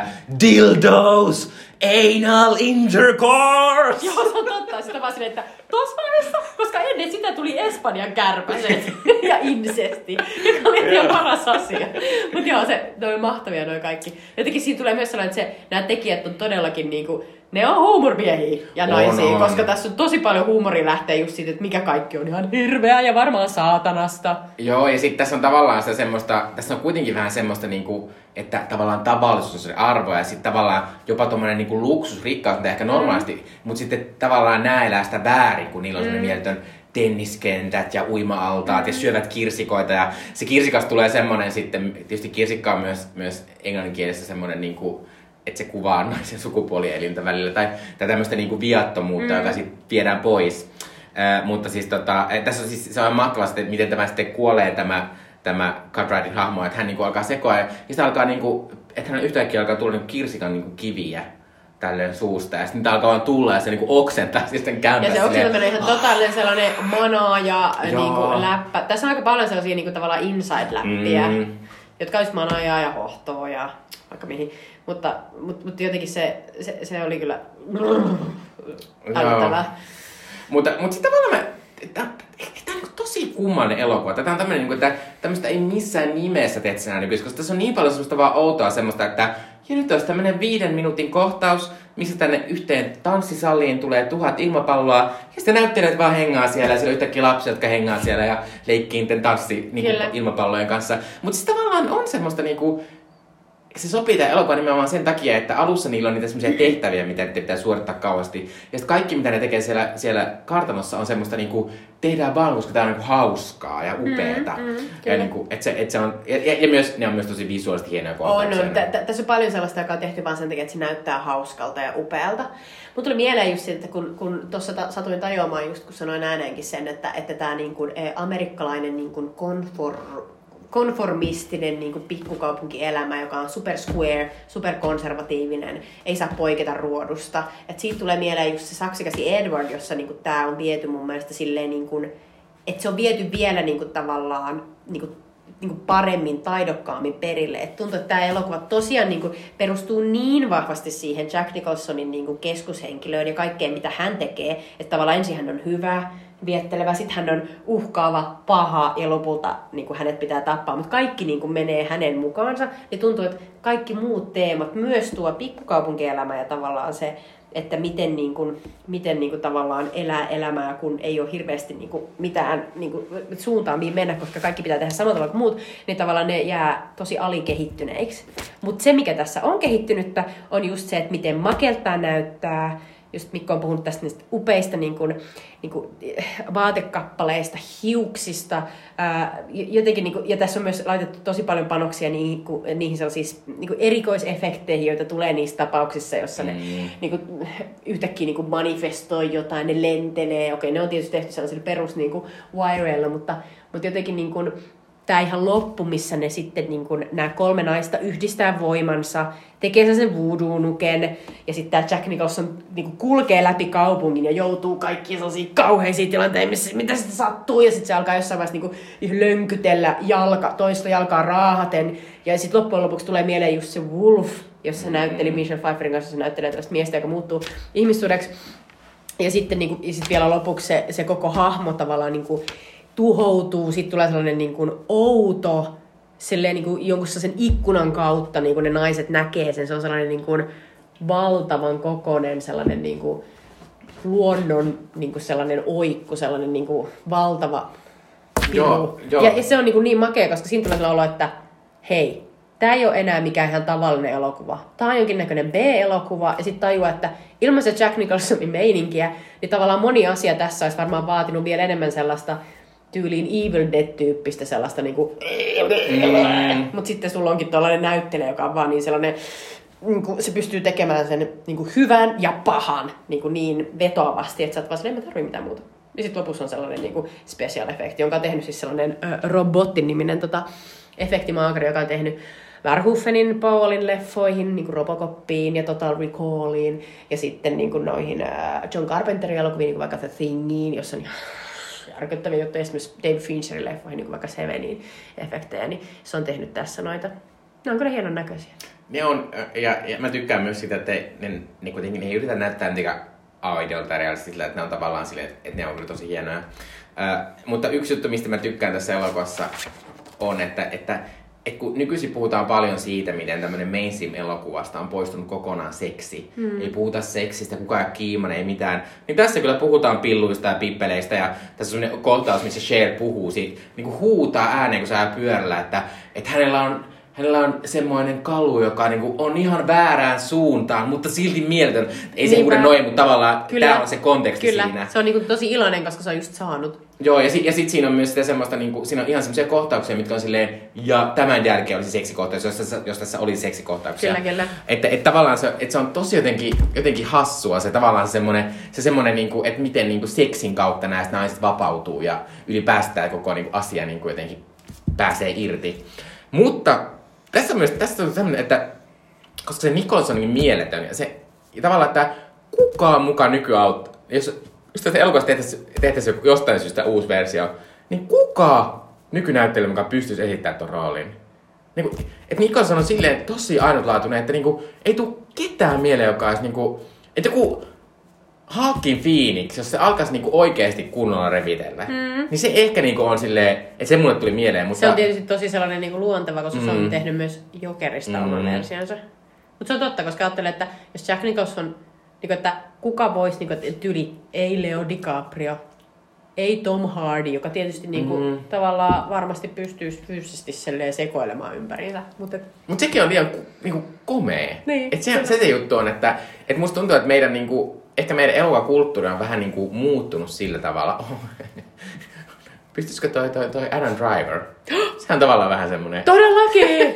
dildos! Anal intercourse! Joo, se on totta. Sitten on vaan silleen, että tossa vaiheessa, koska ennen sitä tuli Espanjan kärpäset ja insesti, joka oli ihan paras asia. Mutta joo, se, ne on mahtavia noin kaikki. Jotenkin siinä tulee myös sellainen, että se, nämä tekijät on todellakin niinku, ne on huumormiehiä ja naisia, on, on. Koska tässä on tosi paljon huumoria lähtee just siitä, että mikä kaikki on ihan hirveää ja varmaan saatanasta. Joo, ja sitten tässä on tavallaan sitä semmoista, tässä on kuitenkin vähän semmoista niinku, että tavallaan tavallisuus on se arvo ja sitten tavallaan jopa tommonen niinku luksusrikkaus, mitä ehkä normaalisti, mm. mutta sitten tavallaan nää elää sitä väärin, kun niillä on semmoinen mm. mieletön tenniskentät ja uima-altaat mm. ja syövät kirsikoita. Ja se kirsikas tulee semmonen sitten, tietysti kirsikka on myös, myös englanninkielessä semmonen niinku, että se kuvaa naisen sukupuolielintä välillä. Tai, tai tämmöistä niinku viattomuutta, mm. joka sitten viedään pois. Äh, mutta siis tota, tässä on siis, se on mahtavaa, että miten tämä sitten kuolee tämä, tämä Cartwrightin hahmo, että hän niinku alkaa sekoa ja sitten alkaa niinku, että hän yhtäkkiä alkaa tulla niinku kirsikan niinku kiviä tälleen suusta ja sitten niitä alkaa vaan tulla ja se niinku oksentaa sitten kämpässä. Ja se oksentaminen on ihan totaalinen sellainen mana ja niinku läppä. Tässä on aika paljon sellaisia niinku tavallaan inside-läppiä, mm. jotka olisi manajaa ja hohtoa ja vaikka mihin. Mutta, mutta, mutta jotenkin se, se, se oli kyllä älyttävää. Mutta, mutta sitten tavallaan mä, tämä on niin tosi kummallinen elokuva. Tämä on tämmöinen, että tämmöistä ei missään nimessä teet sen koska tässä on niin paljon semmoista vaan outoa semmoista, että ja nyt olisi tämmöinen viiden minuutin kohtaus, missä tänne yhteen tanssisaliin tulee tuhat ilmapalloa, ja sitten näyttelijät vaan hengaa siellä, ja siellä on yhtäkkiä lapsia, jotka hengaa siellä ja leikkii niiden tanssi niin ilmapallojen kanssa. Mutta siis tavallaan on semmoista niinku, se sopii tämä elokuva nimenomaan sen takia, että alussa niillä on niitä semmoisia tehtäviä, mitä ne pitää suorittaa kauheasti. Ja sitten kaikki, mitä ne tekee siellä, siellä kartanossa, on semmoista niinku, tehdään vaan, koska tämä on niinku hauskaa ja upeeta. Mm, mm, ja, niinku, et se, et se on, ja, ja myös ne on myös tosi visuaalisesti hienoja kohtauksia. On, on. Tässä on paljon sellaista, joka on tehty vaan sen takia, että se näyttää hauskalta ja upealta. Mut tuli mieleen just siitä, että kun, kun tuossa ta, satuin tajuamaan just, kun sanoin ääneenkin sen, että, että tämä niinku, amerikkalainen niinku, konfor... konformistinen niin kuin pikkukaupunkielämä, joka on super square, super konservatiivinen, ei saa poiketa ruodusta. Et siitä tulee mieleen just se saksikäsi Edward, jossa niin kuin, tää on viety mun mielestä silleen, niin kuin, että se on viety vielä niin kuin, tavallaan niin kuin, niin kuin paremmin, taidokkaammin perille. Et tuntuu, että tämä elokuva tosiaan niin kuin, perustuu niin vahvasti siihen Jack Nicholsonin niin kuin, keskushenkilöön ja kaikkeen, mitä hän tekee. Että tavallaan ensin hän on hyvä, viettelevä, sitten hän on uhkaava, paha ja lopulta niin kuin hänet pitää tappaa. Mutta kaikki niin kuin, menee hänen mukaansa. Niin tuntuu, että kaikki muut teemat, myös tuo pikkukaupunkielämä ja tavallaan se, että miten, niin kuin, miten niin kuin, tavallaan elää elämää, kun ei ole hirveästi niin kuin, mitään niin kuin, suuntaan mihin mennä, koska kaikki pitää tehdä samalla tavalla kuin muut, niin tavallaan ne jää tosi alikehittyneiksi. Mutta se, mikä tässä on kehittynyttä, on just se, että miten makeltaa näyttää. Just Mikko on puhunut tästä niistä upeista niin kuin, niin kuin, vaatekappaleista, hiuksista. Ää, jotenkin, niin kuin, ja tässä on myös laitettu tosi paljon panoksia niihin, niihin sellaisiin niin kuin erikoisefekteihin, joita tulee niissä tapauksissa, jossa mm. ne niin kuin, yhtäkkiä niin kuin manifestoi jotain, ne lentelee. Okei, ne on tietysti tehty sellaisilla perus niin kuin wireilla, mutta, mutta jotenkin niin kuin, tämä ihan loppu, missä ne sitten niin kun, nämä kolme naista yhdistää voimansa, tekee sen voodoo-nuken, ja sitten tämä Jack Nicholson niin kun, kulkee läpi kaupungin ja joutuu kaikkiin sellaisiin kauheisiin tilanteisiin, missä mitä sitten sattuu, ja sitten se alkaa jossain vaiheessa niin kun, lönkytellä jalka, toista jalkaa raahaten, ja sitten loppujen lopuksi tulee mieleen just se Wolf, jossa se näytteli Michelle Pfeifferin kanssa, se näyttelee tällaista miestä, joka muuttuu ihmissuudeksi, ja sitten niin kun, ja sit vielä lopuksi se, se koko hahmo tavallaan niin kun, tuhoutuu, sitten tulee sellainen niin kuin outo, silleen niin kuin jonkun sen ikkunan kautta niin kuin ne naiset näkee sen. Se on sellainen niin kuin valtavan kokoinen sellainen niin kuin luonnon niin kuin sellainen oikku, sellainen niin kuin valtava piru. Ja, ja se on niin, kuin niin makea, koska siinä tulee sellainen olo, että hei, tämä ei ole enää mikään ihan tavallinen elokuva. Tämä on jonkinnäköinen B-elokuva, ja sitten tajua, että ilman se Jack Nicholsonin meininkiä, niin tavallaan moni asia tässä olisi varmaan vaatinut vielä enemmän sellaista tyyliin Evil Dead-tyyppistä sellaista niinku mm. Mutta sitten sulla onkin tollainen näyttelijä, joka on vaan niin sellainen, niinku, se pystyy tekemään sen niinku hyvän ja pahan niinku niin vetoavasti, että sä oot vaan silleen, ei mä tarvii mitään muuta. Ja sitten lopussa on sellainen niinku special effect, jonka on tehnyt siis sellainen äh, Robotin niminen tota, efektimaakari, joka on tehnyt Verhoevenin Paulin leffoihin, niin kuin Robocoppiin ja Total Recalliin, ja sitten niin kuin noihin äh, John Carpenterin elokuviin, niin kuin vaikka The Thingiin, jossa on järkyttäviä juttuja, esimerkiksi David Fincherin leffoihin, niin kuin vaikka Seveniin efektejä, niin se on tehnyt tässä noita. Ne on kyllä hienon näköisiä. Ne on, ja, ja mä tykkään myös sitä, että ne, ne kuitenkin ne ei yritä näyttää mitenkään aidoilta ja realistisesti, että ne on tavallaan silleen, että, että ne on kyllä tosi hienoja. Äh, mutta yksi juttu, mistä mä tykkään tässä elokuvassa, on, että, että Et kun nykyisin puhutaan paljon siitä, miten tämmöinen mainstream-elokuvasta on poistunut kokonaan seksi. Mm. Ei puhuta seksistä, kukaan ei ole kiimainen, ei mitään. Niin tässä kyllä puhutaan pilluista ja pippeleistä. Ja tässä on sellainen kohtaus, missä Cher puhuu, siitä, niin kuin huutaa ääneen, kun se ajaa pyörällä, että, että hänellä on... Hänellä on semmoinen kalu, joka niinku on ihan väärään suuntaan, mutta silti mieletön. Ei se kuule noin, mutta tavallaan kyllä, tämä on se konteksti kyllä. siinä. Se on niinku tosi iloinen, koska se on just saanut Joo, ja, si- ja sit siinä on myös sitä semmoista, niinku, siinä on ihan semmoisia kohtauksia, mitkä on silleen, ja tämän jälkeen olisi seksikohtaus, jos tässä, jos tässä oli seksikohtauksia. Kyllä, kyllä. Että et tavallaan se, et se on tosi jotenkin, jotenkin hassua, se tavallaan se semmoinen, se semmoinen niinku, että miten niinku seksin kautta näistä naiset vapautuu ja ylipäästään koko niinku, asia niinku, jotenkin pääsee irti. Mutta tässä on myös tässä on semmoinen, että koska se Nichols on niin mieletön, ja se ja tavallaan, että kukaan mukaan nykyauto, jos, jos tässä elokuvassa tehtäisiin tehtäisi jostain syystä uusi versio, niin kuka nykynäyttelijä mukaan pystyisi esittämään ton roolin? Niin kuin, että Nicholson on silleen tosi ainutlaatuinen, että niinku, ei tule ketään mieleen, joka olisi niinku, että joku Joaquin Phoenix, jos se alkaisi niinku oikeasti kunnolla revitellä, mm. niin se ehkä niinku on silleen, että se mulle tuli mieleen. Mutta se on tietysti tosi sellainen niinku luonteva, koska mm. se on tehnyt myös Jokerista oman mm. versionsa. Mutta se on totta, koska ajattelen, että jos Jack Nicholson, niin että kuka voisi, niin että tyyli, ei Leo DiCaprio, ei Tom Hardy, joka tietysti niin kuin, mm. tavallaan varmasti pystyisi fyysisesti sekoilemaan ympäriinsä. Mutta Mut sekin on liian niin kuin, komea. Niin, et se, se, se, se juttu on, että et musta tuntuu, että meidän, niin kuin, ehkä meidän elokuvakulttuuri on vähän niin kuin, muuttunut sillä tavalla. Pystyisikö toi, toi, toi Adam Driver? Se on tavallaan vähän semmoinen. Todellakin!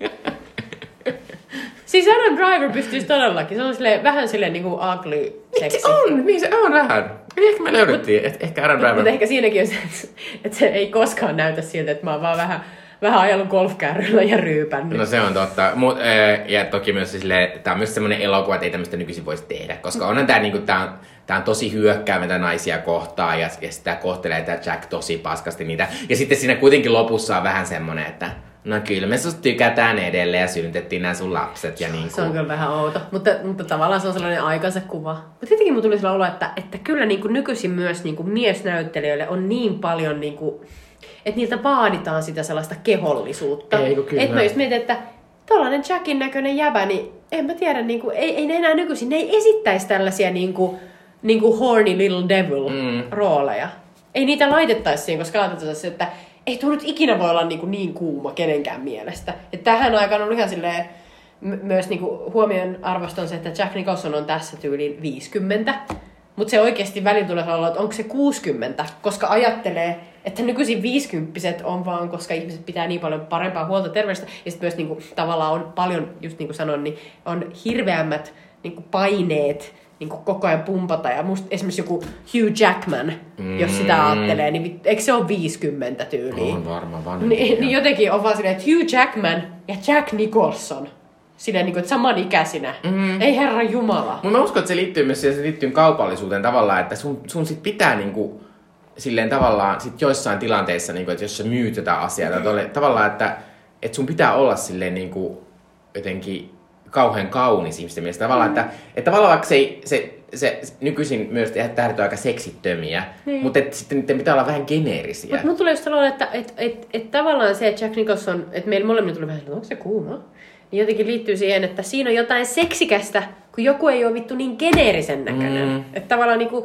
Siis Adam Driver pystyisi todellakin. Se on silleen, vähän silleen niinku ugly seksi. Se on, niin se on vähän. Eli ehkä me löydettiin, että ehkä Adam Driver. Mutta ehkä siinäkin on se, että se ei koskaan näytä siltä, että mä oon vaan vähän, vähän ajellut golfkärryllä ja ryypännyt. No se on totta. Mut, ja toki myös silleen, tää on myös semmoinen elokuva, että ei tämmöistä nykyisin voisi tehdä. Koska onhan tää, niinku, tää, on, tää on tosi hyökkäämätä naisia kohtaan ja, ja sitä kohtelee tää Jack tosi paskasti niitä. Ja sitten siinä kuitenkin lopussa on vähän semmonen, että no kyllä me susta tykätään edelleen ja synnytettiin nämä sun lapset. Ja niin kuin. Se on kyllä vähän outo, mutta, mutta tavallaan se on sellainen aikansa kuva. Mutta tietenkin mun tuli sellainen olo, että, että kyllä niin kuin nykyisin myös niin kuin miesnäyttelijöille on niin paljon, niin kuin, että niiltä vaaditaan sitä sellaista kehollisuutta. Että mä just mietin, että tollainen Jackin näköinen jäbä, niin en mä tiedä, niin kuin, ei, ei ne enää nykyisin, ne ei esittäisi tällaisia niin kuin, niin kuin horny little devil mm. rooleja. Ei niitä laitettaisi siihen, koska ajatellaan se, että ei tuo nyt ikinä voi olla niin, niin kuuma kenenkään mielestä. Et tähän aikaan on ihan silleen, m- myös niin huomioon arvoston se, että Jack Nicholson on tässä tyyliin viisikymmentä. Mutta se oikeasti välillä tulee olla, että onko se kuusikymmentä, koska ajattelee, että nykyisin viisikymppiset on vaan, koska ihmiset pitää niin paljon parempaa huolta terveydestä. Ja sitten myös niin kuin, tavallaan on paljon, just niin kuin sanoin, niin on hirveämmät niin kuin paineet niin kuin koko ajan pumpata. Ja musta esimerkiksi joku Hugh Jackman, mm. jos sitä ajattelee, niin eikö se ole viisikymmentä tyyliin? On varmaan vanha. Ni, niin jotenkin on vaan silleen, että Hugh Jackman ja Jack Nicholson, silleen niin kuin, että samanikäisinä. Mm. Ei herra jumala. Mutta mä uskon, että se liittyy myös siihen, se liittyy kaupallisuuteen tavallaan, että sun, sun sit pitää niinku, silleen tavallaan sit joissain tilanteissa, niinku, että jos sä myyt jotain asiaa, mm. tolle, tavallaan, että, että sun pitää olla silleen niinku, jotenkin kauhean kaunis ihmisten mielestä. Tavallaan, mm. että, että tavallaan vaikka se, se, se, se nykyisin myös tähdet on aika seksittömiä, niin. Mutta sitten niiden pitää olla vähän geneerisiä. Mutta mun tulee just sellainen, että et, et, et tavallaan se, että Jack Nicholson, että meillä molemmilla tuli vähän, että onko se kuuma? Niin jotenkin liittyy siihen, että siinä on jotain seksikästä, kun joku ei ole vittu niin geneerisen näköinen. Mm. Että tavallaan niinku,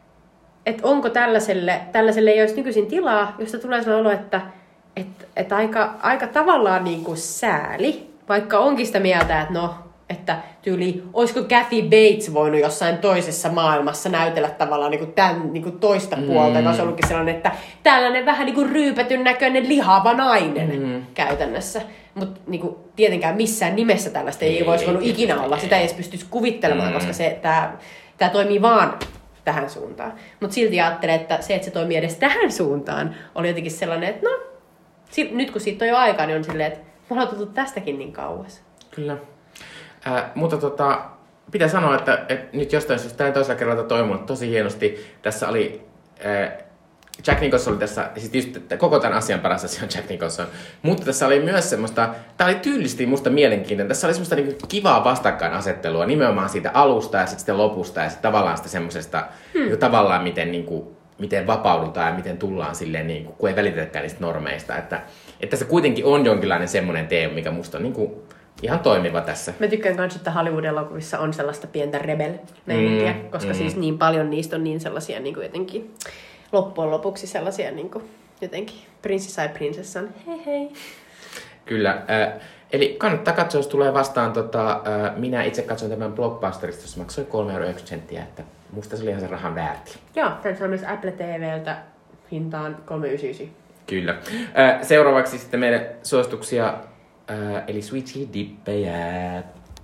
että onko tällaiselle, tällaiselle ei olisi nykyisin tilaa, josta tulee sellainen olo, että et, et aika, aika tavallaan niinku sääli, vaikka onkin sitä mieltä, että no, että tyyli, olisiko Kathy Bates voinut jossain toisessa maailmassa näytellä tavallaan niin kuin tämän niin kuin toista mm. puolta, joka olisi ollutkin sellainen, että tällainen vähän niin kuin ryypätyn näköinen lihava nainen mm. käytännössä. Mutta niin tietenkään missään nimessä tällaista ei, ei voisi voinut ei, ikinä ei, olla. Sitä ei edes pystyisi kuvittelemaan, mm. koska tämä toimii vaan tähän suuntaan. Mutta silti ajattelen, että se, että se toimii edes tähän suuntaan, oli jotenkin sellainen, että no, nyt kun siitä on jo aikaa, niin on silleen, että me ollaan tullut tästäkin niin kauas. Kyllä. Äh, mutta tota, pitää sanoa, että, että nyt jostain syystä tämä toisella kerralla toiminut tosi hienosti. Tässä oli äh, Jack Nicholson oli tässä, siis just, koko tämän asian paras asia on Jack Nicholson. Mutta tässä oli myös semmoista, tämä oli tyylisesti musta mielenkiintoinen. Tässä oli semmoista niinku kivaa vastakkainasettelua nimenomaan siitä alusta ja sitten sitä lopusta ja sitten tavallaan sitä semmoisesta, hmm. niinku, tavallaan miten, niinku, miten vapaudutaan ja miten tullaan silleen, niinku, kun ei välitetäkään niistä normeista. Että, että se kuitenkin on jonkinlainen semmoinen teema, mikä musta on niinku, ihan toimiva tässä. Mä tykkään myös, että Hollywood-elokuvissa on sellaista pientä rebel-meininkiä, mm, koska mm. siis niin paljon niistä on niin sellaisia niin kuin jotenkin loppujen lopuksi sellaisia niin kuin jotenkin prinssi sai prinsessan. Hei hei. Kyllä. Äh, eli kannattaa katsoa, jos tulee vastaan. Tota, äh, minä itse katsoin tämän Blockbusterista, jossa maksoi kolme euroa yhdeksänkymmentä senttiä, että musta se oli ihan sen rahan väärti. Joo, tämän saa myös Apple T V:ltä hintaan kolme yhdeksänkymmentäyhdeksän. Kyllä. Seuraavaksi sitten meidän suosituksia, eli Switchy Dippejä.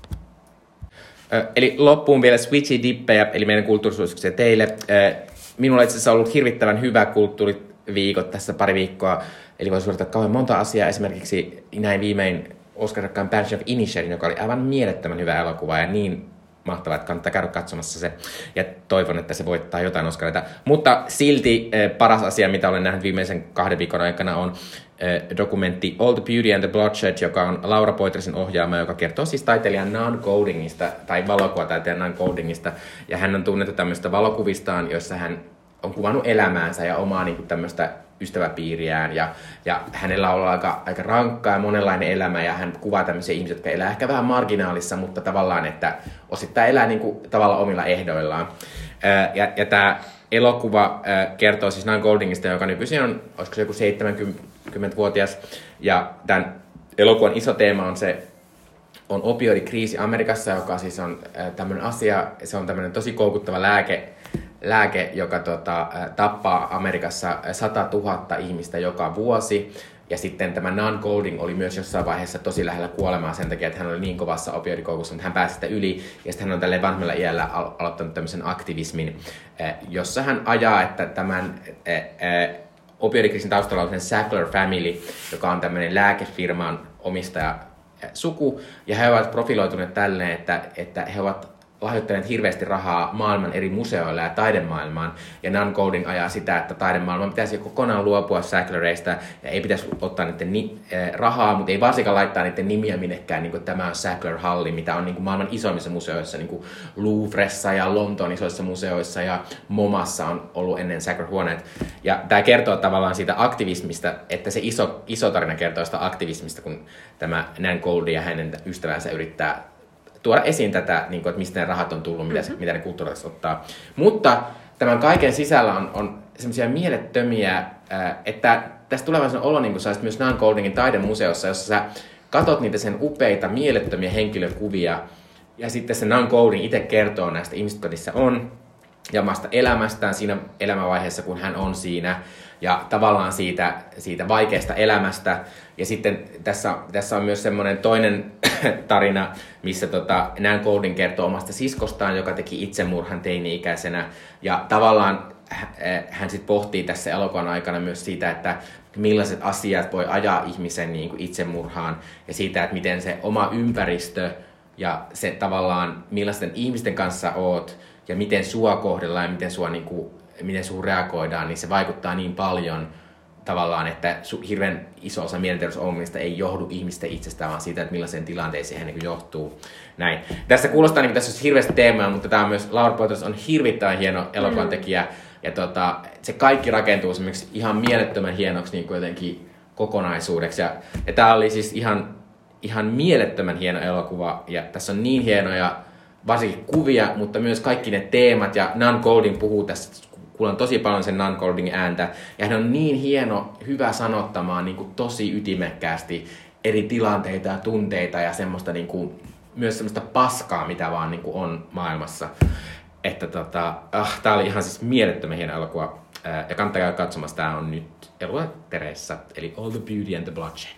Eli loppuun vielä Switchy Dippejä, eli meidän kulttuurisuosituksia teille. Minulla itse asiassa on ollut hirvittävän hyvä kulttuuriviikot tässä pari viikkoa, eli voi suorittaa kauhean monta asiaa. Esimerkiksi näin viimein Oscar-rakkaan Banshees of Inisherin, joka oli aivan mielettömän hyvä elokuva ja niin mahtavaa, että kannattaa käydä katsomassa se. Ja toivon, että se voittaa jotain Oscarita. Mutta silti eh, paras asia, mitä olen nähnyt viimeisen kahden viikon aikana, on eh, dokumentti All the Beauty and the Bloodshed, joka on Laura Poitrasin ohjaama, joka kertoo siis taiteilijan Nan Goldingista, tai valokuvataiteilijan Nan Goldingista. Ja hän on tunnettu tämmöistä valokuvistaan, jossa hän on kuvannut elämäänsä ja omaa niin kuin tämmöistä ystäväpiiriään, ja, ja hänellä on ollut aika, aika rankka ja monenlainen elämä, ja hän kuvaa tämmöisiä ihmisiä, jotka elää ehkä vähän marginaalissa, mutta tavallaan, että osittain elää niin kuin, tavallaan omilla ehdoillaan. Ää, ja ja tämä elokuva ää, kertoo siis Nan Goldingista, joka nykyisin on, olisiko se joku seitsemänkymmentävuotias, ja tämän elokuvan iso teema on se, on opioidikriisi Amerikassa, joka siis on ää, tämmöinen asia, se on tämmöinen tosi koukuttava lääke, lääke, joka tota, tappaa Amerikassa sata tuhatta ihmistä joka vuosi. Ja sitten tämä Nan Golding oli myös jossain vaiheessa tosi lähellä kuolemaa sen takia, että hän oli niin kovassa opioidikoukussa, mutta hän pääsi sitä yli. Ja sitten hän on tälleen vanhemmalla iällä al- aloittanut tämmöisen aktivismin, jossa hän ajaa, että tämän opioidikriisin taustalla on sen Sackler Family, joka on tämmöinen lääkefirman omistaja suku. Ja he ovat profiloituneet tälleen, että, että he ovat lahjoittaneet hirveästi rahaa maailman eri museoille ja taidemaailmaan. Ja Nan Golding ajaa sitä, että taidemaailman pitäisi kokonaan luopua Sacklereista ja ei pitäisi ottaa niiden ni- äh, rahaa, mutta ei varsinkaan laittaa niiden nimiä minnekään, niin kuin tämä on Sackler-halli, mitä on niin kuin maailman isoimmissa museoissa, niin kuin Louvressa ja Lontoon isoissa museoissa ja MoMassa on ollut ennen Sackler-huoneet. Ja tämä kertoo tavallaan siitä aktivismista, että se iso, iso tarina kertoo sitä aktivismista, kun tämä Nan Golding ja hänen ystävänsä yrittää tuoda esiin tätä, niin kuin, että mistä ne rahat on tullut, mitä, mm-hmm. mitä ne kulttuurilaiset ottaa. Mutta tämän kaiken sisällä on, on semmoisia mielettömiä, että tästä tulevaisuuden olo, niin kuin saisit myös Nan Goldingin taidemuseossa, jossa sä katot niitä sen upeita, mielettömiä henkilökuvia, ja sitten se Nan Golding itse kertoo näistä ihmistä, jotka niissä on, ja omasta elämästään siinä elämänvaiheessa, kun hän on siinä, ja tavallaan siitä, siitä vaikeasta elämästä. Ja sitten tässä, tässä on myös semmoinen toinen tarina, missä tota, Nan Golding kertoo omasta siskostaan, joka teki itsemurhan teini-ikäisenä. Ja tavallaan hän sitten pohtii tässä elokuvan aikana myös siitä, että millaiset asiat voi ajaa ihmisen niin kuin itsemurhaan, ja siitä, että miten se oma ympäristö ja se tavallaan millaisten ihmisten kanssa oot, ja miten sua kohdellaan ja miten sua niin kuin, miten suun reagoidaan, niin se vaikuttaa niin paljon tavallaan, että su- hirveän iso osa mielenterveysongelmista ei johdu ihmisten itsestään, vaan siitä, että millaiseen tilanteeseen hän niin johtuu. Näin. Tässä kuulostaa, niin kuin tässä olisi hirveästi teemaa, mutta tämä on myös, Laura Poitras on hirvittävän hieno elokuvan tekijä, mm. ja tota, se kaikki rakentuu esimerkiksi ihan mielettömän hienoksi niin kuin jotenkin kokonaisuudeksi. Ja, ja tämä oli siis ihan, ihan mielettömän hieno elokuva, ja tässä on niin hienoja varsinkin kuvia, mutta myös kaikki ne teemat, ja Nan Golding puhuu tässä, kuulen tosi paljon sen Nan Goldingin ääntä, ja hän on niin hieno, hyvä sanottamaan niin kuin tosi ytimekkäästi eri tilanteita ja tunteita, ja semmoista niin kuin, myös semmoista paskaa, mitä vaan niin kuin on maailmassa. Että tota, ah, tää oli ihan siis mielettömän hieno elokuva, ja kannattaa käydä katsomassa, tää on nyt elokuvatereissä, eli All the Beauty and the Bloodshed.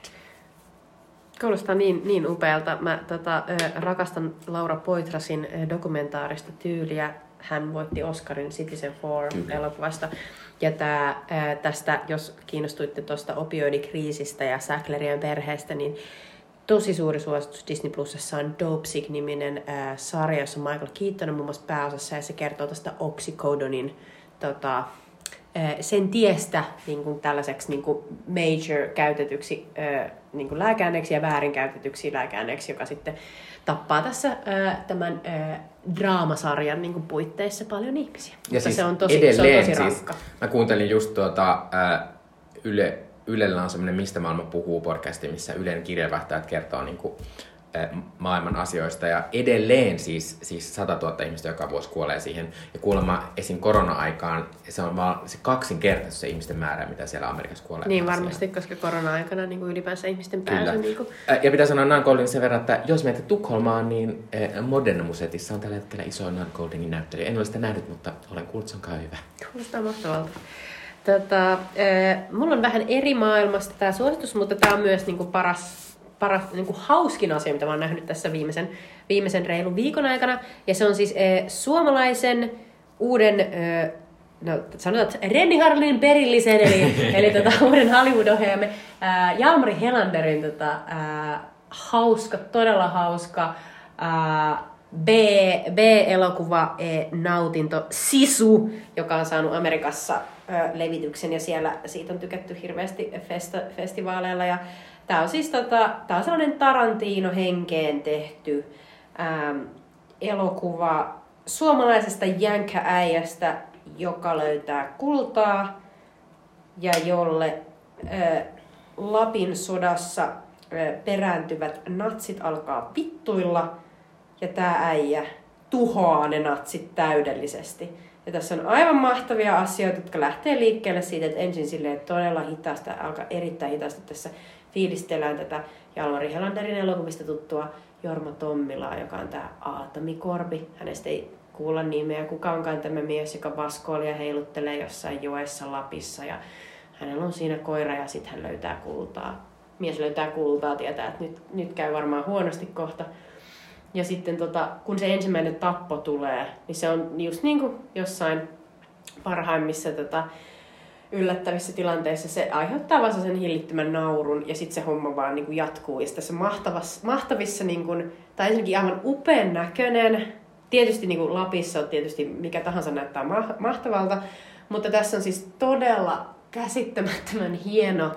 Kuulostaa niin, niin upealta. Mä tota, rakastan Laura Poitrasin dokumentaarista tyyliä. Hän voitti Oscarin Citizen Four-elokuvasta. Ja tää, tästä, jos kiinnostuitte tuosta opioidikriisistä ja Sacklerien perheestä, niin tosi suuri suositus Disney Plusassa on Dopesick-niminen äh, sarja, jossa Michael Keaton on muun muassa pääosassa, ja se kertoo tästä oxycodonin tota, sen tiestä niin kuin tällaiseksi niin kuin major käytetyksi niin kuin lääkeaineeksi ja väärinkäytetyksi lääkeaineeksi, joka sitten tappaa tässä tämän draamasarjan niin kuin puitteissa paljon ihmisiä. Ja mutta siis se on tosi, edelleen, se on tosi rankka. Siis, mä kuuntelin just tuota, Yle, Ylellä on semmoinen Mistä maailma puhuu -podcasti, missä Ylen kirjeenvaihtajat kertoo niin kuin maailman asioista, ja edelleen siis, siis sata tuhatta ihmistä joka vuosi kuolee siihen, ja kuulemma esim. Korona-aikaan se on vaan se kaksinkertaisesti se ihmisten määrä, mitä siellä Amerikassa kuolee. Niin varmasti, koska korona-aikana niin kuin ylipäänsä ihmisten pääsy. Niin kuin... Ja pitää sanoa Nan Golding sen verran, että jos menet Tukholmaan, niin Moderna Museetissa on tällä hetkellä iso Nan Goldingin näyttely. En ole sitä nähnyt, mutta olen kuullut, se on kai hyvä. Kuulostaa mahtavalta. Tota, äh, mulla on vähän eri maailmasta tämä suositus, mutta tämä on myös niinku paras, paras niinku hauskin asia, mitä mä oon nähnyt tässä viimeisen, viimeisen reilun viikon aikana. Ja se on siis äh, suomalaisen uuden, äh, no sanotaan, että Renny Harlinin perillisen, eli, eli tota, uuden Hollywood-ohjaajamme äh, Jalmari Helanderin tota, äh, hauska, todella hauska äh, B, B-elokuva e, nautinto Sisu, joka on saanut Amerikassa ö, levityksen ja siellä siitä on tykätty hirveästi festa, festivaaleilla. Ja tää on siis tota, tää on sellainen Tarantino-henkeen tehty ähm, elokuva suomalaisesta jänkkääijästä, joka löytää kultaa ja jolle ö, Lapin sodassa ö, perääntyvät natsit alkaa vittuilla. Ja tää äijä tuhoaa ne natsit täydellisesti. Ja tässä on aivan mahtavia asioita, jotka lähtee liikkeelle siitä, että ensin silleen todella hitaasti, alkaa erittäin hitaasti tässä fiilistellään tätä Jalmari Helanderin elokuvista tuttua Jorma Tommilaa, joka on tää Aatami Korpi. Hänestä ei kuulla nimeä. Kuka onkaan tämä mies, joka vaskoolia heiluttelee jossain joessa Lapissa. Ja hänellä on siinä koira ja sitten hän löytää kultaa. Mies löytää kultaa, tietää, että nyt, nyt käy varmaan huonosti kohta. Ja sitten tota, kun se ensimmäinen tappo tulee, niin se on just niin kuin jossain parhaimmissa tota, yllättävissä tilanteissa se aiheuttaa vasta sen hillittömän naurun ja sitten se homma vaan niin kuin jatkuu. Ja tässä mahtavassa, mahtavissa, niin kuin, tai ensinnäkin aivan upean näköinen, tietysti niin kuin Lapissa on tietysti mikä tahansa näyttää ma- mahtavalta, mutta tässä on siis todella käsittämättömän hieno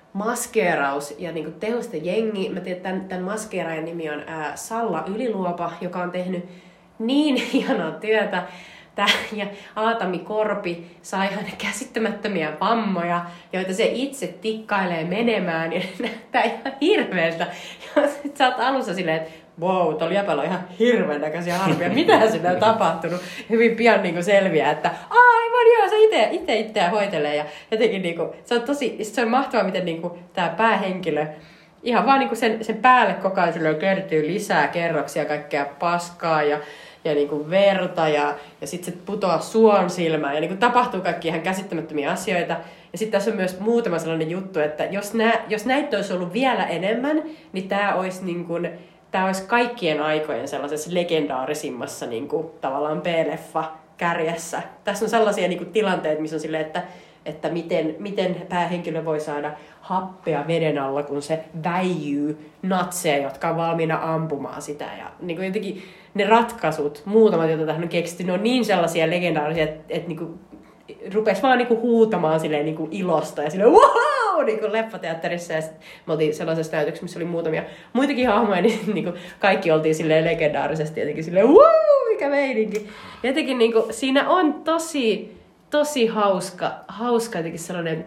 maskeeraus ja niinku tehoste jengi. Mä tiedän, tämän, tämän maskeeraajan nimi on ää, Salla Yliluopa, joka on tehnyt niin hienoa työtä. Tää, ja Aatami Korpi sai hänen käsittämättömiä vammoja, joita se itse tikkailee menemään ja ne näyttää ihan hirveältä. Ja sit sä oot alussa silleen, että wow, tuolla jäpällä on ihan hirveän näköisiä harvia. Mitähän sillä on tapahtunut? Hyvin pian niin selviää, että aivan joo, se ite, ite itseään hoitelee. Ja jotenkin niin kuin, se on tosi, se on mahtavaa, miten niin kuin, tämä päähenkilö ihan vaan niin kuin sen, sen päälle koko ajan kertyy lisää kerroksia, kaikkea paskaa ja, ja niin kuin verta ja, ja sitten se putoaa suon silmään ja niin kuin tapahtuu kaikki ihan käsittämättömiä asioita. Ja sitten tässä on myös muutama sellainen juttu, että jos, nää, jos näitä olisi ollut vielä enemmän, niin tämä olisi niin kuin, tämä olisi kaikkien aikojen sellaisessa legendaarisimmassa niin kuin, tavallaan B-leffa kärjessä. Tässä on sellaisia niin kuin, tilanteita, missä on silleen, että, että miten, miten päähenkilö voi saada happea veden alla, kun se väijyy natseja, jotka on valmiina ampumaan sitä. Ja niin kuin, jotenkin ne ratkaisut, muutamat, joita tähän on keksitty, ne on niin sellaisia legendaarisia, että, että niin kuin, rupesi vaan niin kuin, huutamaan silleen, niin kuin, ilosta ja silleen wow! Niin kuin leffateatterissa ja me oltiin sellaisessa näytöksessä, missä oli muutamia muitakin hahmoja, niin, niin kuin kaikki oltiin silleen legendaarisesti jotenkin silleen wow, mikä meininki. Ja jotenkin niin kuin, siinä on tosi, tosi hauska, hauska jotenkin sellainen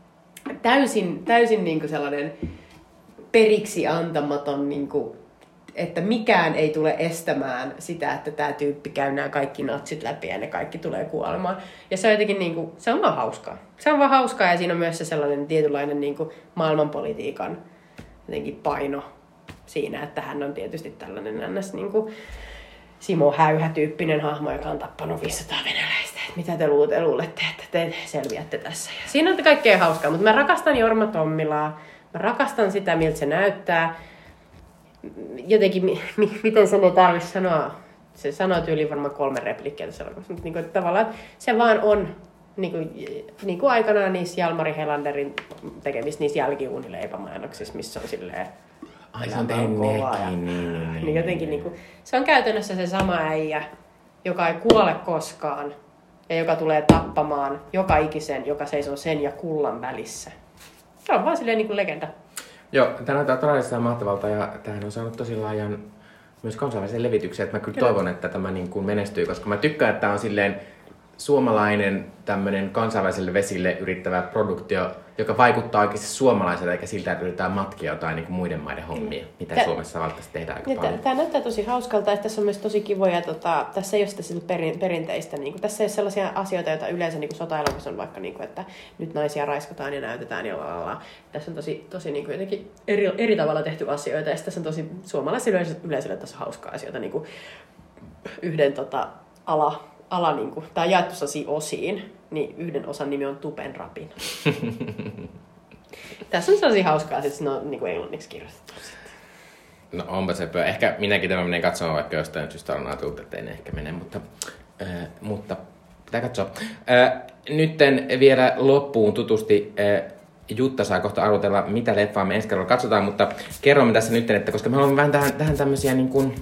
täysin, täysin niin kuin sellainen periksi antamaton, niin kuin, että mikään ei tule estämään sitä, että tämä tyyppi käy nämä kaikki natsit läpi ja ne kaikki tulee kuolemaan. Ja se on jotenkin niin kuin, se on vaan hauskaa. Se on vaan hauskaa ja siinä on myös se sellainen tietynlainen niin kuin maailmanpolitiikan jotenkin paino siinä, että hän on tietysti tällainen ns. Niin kuin Simo Häyhä-tyyppinen hahmo, joka on tappanut viisisataa venäläistä. Että mitä te luulette, että te selviätte tässä. Ja siinä on kaikkea hauskaa, mutta mä rakastan Jorma Tommilaa. Mä rakastan sitä, miltä se näyttää. Jotenkin, mi- mi- miten sen ei tarvitse sanoa. Se sanoo tyyliin varmaan kolme replikkiä tässä elokuvassa, mutta niin kuin, tavallaan se vaan on niin kuin, niin kuin aikanaan niissä Jalmari Helanderin tekemissä niissä jälkiuunileipämainoksissa, missä on silleen ai se on tehnyt nekin, niin, niin jotenkin niin kuin, se on käytännössä se sama äijä, joka ei kuole koskaan ja joka tulee tappamaan joka ikisen, joka seisoo sen ja kullan välissä. Se on vaan silleen niin kuin legenda. Joo, tämä näyttää todella mahtavalta ja tämähän on saanut tosi laajan myös kansainvälisen levityksen, että mä kyllä, kyllä toivon, että tämä niin kuin menestyy, koska mä tykkään, että tämä on silleen suomalainen tämmöinen kansainväliselle vesille yrittävä produktio, joka vaikuttaa oikeasti suomalaiselta eikä siltä, että yritetään matkia jotain niin kuin muiden maiden hommia, mitä Tää, Suomessa valtaisesti tehdään aika paljon. Tämä näyttää tosi hauskalta, että tässä on myös tosi kivoja, tota, tässä ei ole sitä perin, perinteistä, niin kuin, tässä ei ole sellaisia asioita, joita yleensä niin sota-elokuvissa on vaikka, niin kuin, että nyt naisia raiskataan ja näytetään ja lalala. Tässä on tosi, tosi niin kuin, jotenkin eri, eri tavalla tehty asioita ja tässä on tosi suomalaisille yleisölle tässä hauskaa asioita niin kuin yhden tota, ala, ala niin kuin, tämä on jaettu osiin, niin yhden osan nimi on Tupen rapina. Tässä on sellaisia hauskaa, että ne on niin kuin englanniksi kirjoitettu. No onpa se pöö. Ehkä minäkin tämä menen katsomaan, vaikka jostain syystä on ajatellut, että ei ne ehkä mene, mutta, äh, mutta pitää katsoa. Äh, nytten vielä loppuun tutusti. Äh, Jutta saa kohta arvotella, mitä leffaa me ensi kerralla katsotaan, mutta kerromme tässä nyt, että koska me haluamme vähän tähän, tähän tämmöisiä niin kuin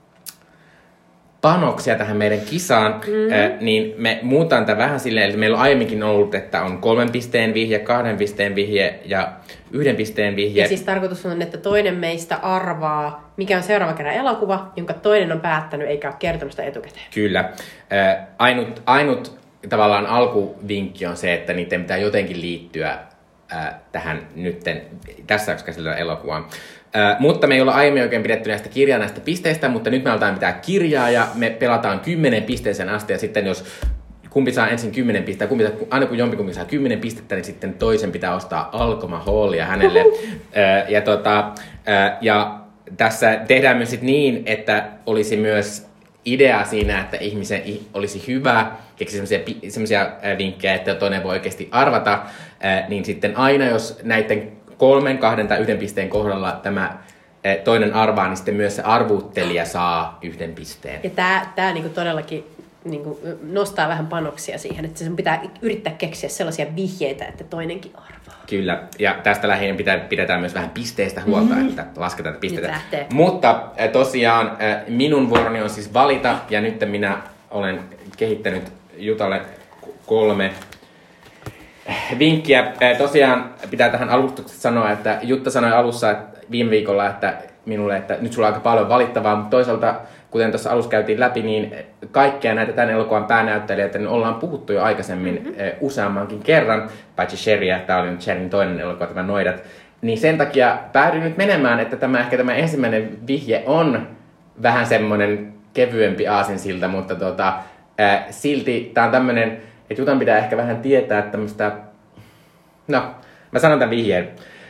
panoksia tähän meidän kisaan, mm-hmm. äh, niin me muutaan tätä vähän silleen, että meillä on aiemminkin ollut, että on kolmen pisteen vihje, kahden pisteen vihje ja yhden pisteen vihje. Ja siis tarkoitus on, että toinen meistä arvaa, mikä on seuraava kerran elokuva, jonka toinen on päättänyt eikä ole kertonut sitä etukäteen. Kyllä. Äh, ainut, ainut tavallaan alkuvinkki on se, että niiden pitää jotenkin liittyä äh, tähän nytten, tässä jaksossa käsitellään elokuvaan. Uh, mutta me ei olla aiemmin oikein pidetty näistä kirjaa näistä pisteistä, mutta nyt me aletaan pitää kirjaa ja me pelataan kymmenen pisteeseen asti ja sitten jos kumpi saa ensin kymmenen pistettä, kumpi, aina kun jompikumpi saa kymmenen pistettä, niin sitten toisen pitää ostaa alkoholia hänelle. Uh, ja, tota, uh, ja tässä tehdään myös sit niin, että olisi myös idea siinä, että ihmisen olisi hyvä keksiä sellaisia vinkkejä, että toinen voi oikeasti arvata, uh, niin sitten aina jos näiden kolmen, kahden tai yhden pisteen kohdalla tämä toinen arvaa, niin sitten myös se arvuuttelija saa yhden pisteen. Ja tämä, tämä niinku todellakin niinku nostaa vähän panoksia siihen, että sen pitää yrittää keksiä sellaisia vihjeitä, että toinenkin arvaa. Kyllä, ja tästä lähinnä pitää, pidetään myös vähän pisteistä huolta, mm-hmm. että lasketaan pisteitä. Mutta tosiaan minun vuoroni on siis valita, ja nyt minä olen kehittänyt Jutalle kolme vinkkiä. Tosiaan pitää tähän alustuksessa sanoa, että Jutta sanoi alussa että viime viikolla että minulle, että nyt sulla on aika paljon valittavaa, mutta toisaalta, kuten tuossa alussa käytiin läpi, niin kaikkea näitä tämän elokuvan päänäyttelijöitä niin ollaan puhuttu jo aikaisemmin mm-hmm. useammankin kerran, paitsi Sheria, tämä oli nyt Sherin toinen elokuva, tämä Noidat. Niin sen takia päädyin nyt menemään, että tämä ehkä tämä ensimmäinen vihje on vähän semmoinen kevyempi aasinsilta, mutta tota, äh, silti tämä on tämmöinen, että Jutan pitää ehkä vähän tietää tämmöistä, no, mä sanon tämän vihjeen.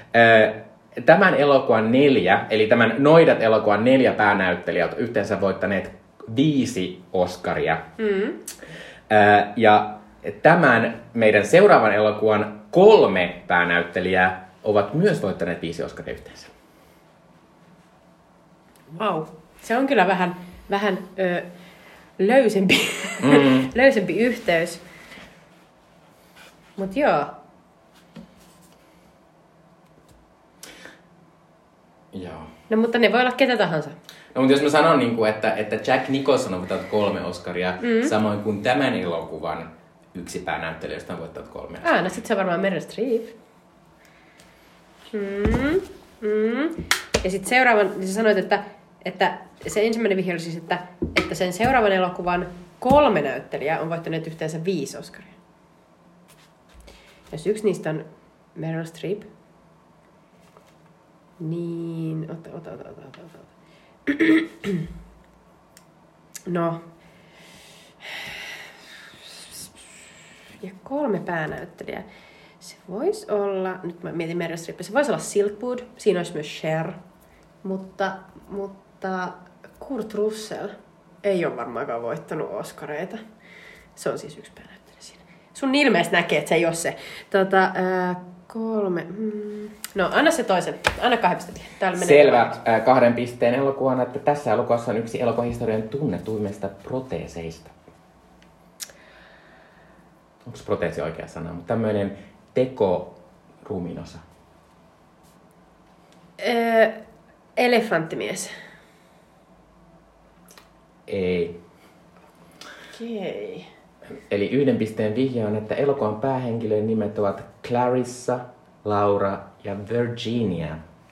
Tämän elokuvan neljä, eli tämän Noidat-elokuvan neljä päänäyttelijät ovat yhteensä voittaneet viisi Oscaria. Mm. Ja tämän meidän seuraavan elokuvan kolme päänäyttelijää ovat myös voittaneet viisi Oscaria yhteensä. Vau, wow. Se on kyllä vähän, vähän ö, löysempi, mm. löysempi yhteys. Mut joo. Joo. No mutta ne voi olla ketä tahansa. No mutta jos mä sanon, niin kuin, että, että Jack Nicholson on voittanut kolme Oscaria, mm. samoin kuin tämän elokuvan yksi päänäyttelijöistä on voittanut kolme Oscaria. Ah, no sit se on varmaan Meryl Streep. Mm. Mm. Ja sit seuraavan, niin sä sanoit, että, että se ensimmäinen vihje oli siis, että, että sen seuraavan elokuvan kolme näyttelijää on voittanut yhteensä viisi Oscaria. Jos yksi niistä on Meryl Streep, niin... Ota, ota, ota, ota, ota, ota. No. Ja kolme päänäyttelijää. Se voisi olla... Nyt mä mietin Meryl Streep. Se voisi olla Silkwood. Siinä olisi myös Cher. Mutta, mutta Kurt Russell ei ole varmaankaan voittanut Oscareita. Se on siis yksi päänäyttelijä. Sun ilmeisesti näkee, että se ei ole se. Tota, ää, kolme. Mm. No, anna se toisen. Anna kahden pisteen. Selvä. Ää, kahden pisteen elokuvana, että tässä elokuvassa on yksi elokuvahistorian tunnetuimmista proteeseista. Onko proteesi oikea sana? Mutta tämmöinen teko-ruuminosa. Öö, elefanttimies. Ei. Okei. Okay. Eli yhden pisteen vihje on, että elokuvan päähenkilöiden nimet ovat Clarissa, Laura ja Virginia.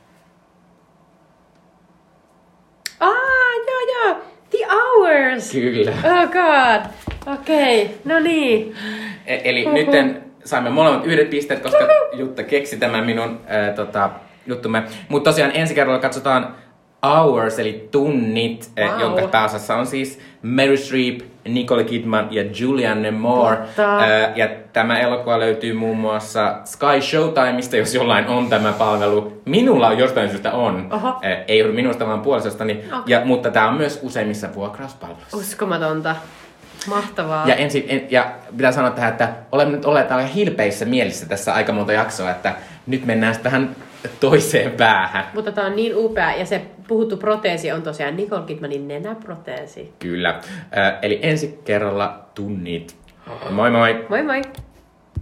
Ah, joo joo! The Hours! Kyllä. Oh god! Okei, okay. No niin. E- eli uh-huh. Nytten saimme molemmat yhdet pisteet, koska uh-huh. Jutta keksi tämän minun äh, tota, juttumme. Mutta tosiaan ensi kerralla katsotaan Hours, eli tunnit, wow. jonka pääosassa on siis Meryl Streep, Nicole Kidman ja Julianne Moore. Äh, ja tämä elokuva löytyy muun muassa Sky Showtimeista, jos jollain on tämä palvelu. Minulla on jostain syystä on. Äh, ei ole minusta, vaan puolisostani. Okay. Ja, mutta tämä on myös useimmissa vuokrauspalveluissa. Uskomatonta. Mahtavaa. Ja, ensin, en, ja pitää sanoa tähän, että olemme nyt olleet aika hilpeissä mielissä tässä aika monta jaksoa, että nyt mennään sitten tähän toiseen päähän. Mutta tää on niin upea, ja se puhuttu proteesi on tosiaan Nicole Kidmanin nenäproteesi. Kyllä. Äh, eli ensi kerralla tunnit. Moi moi! Moi moi!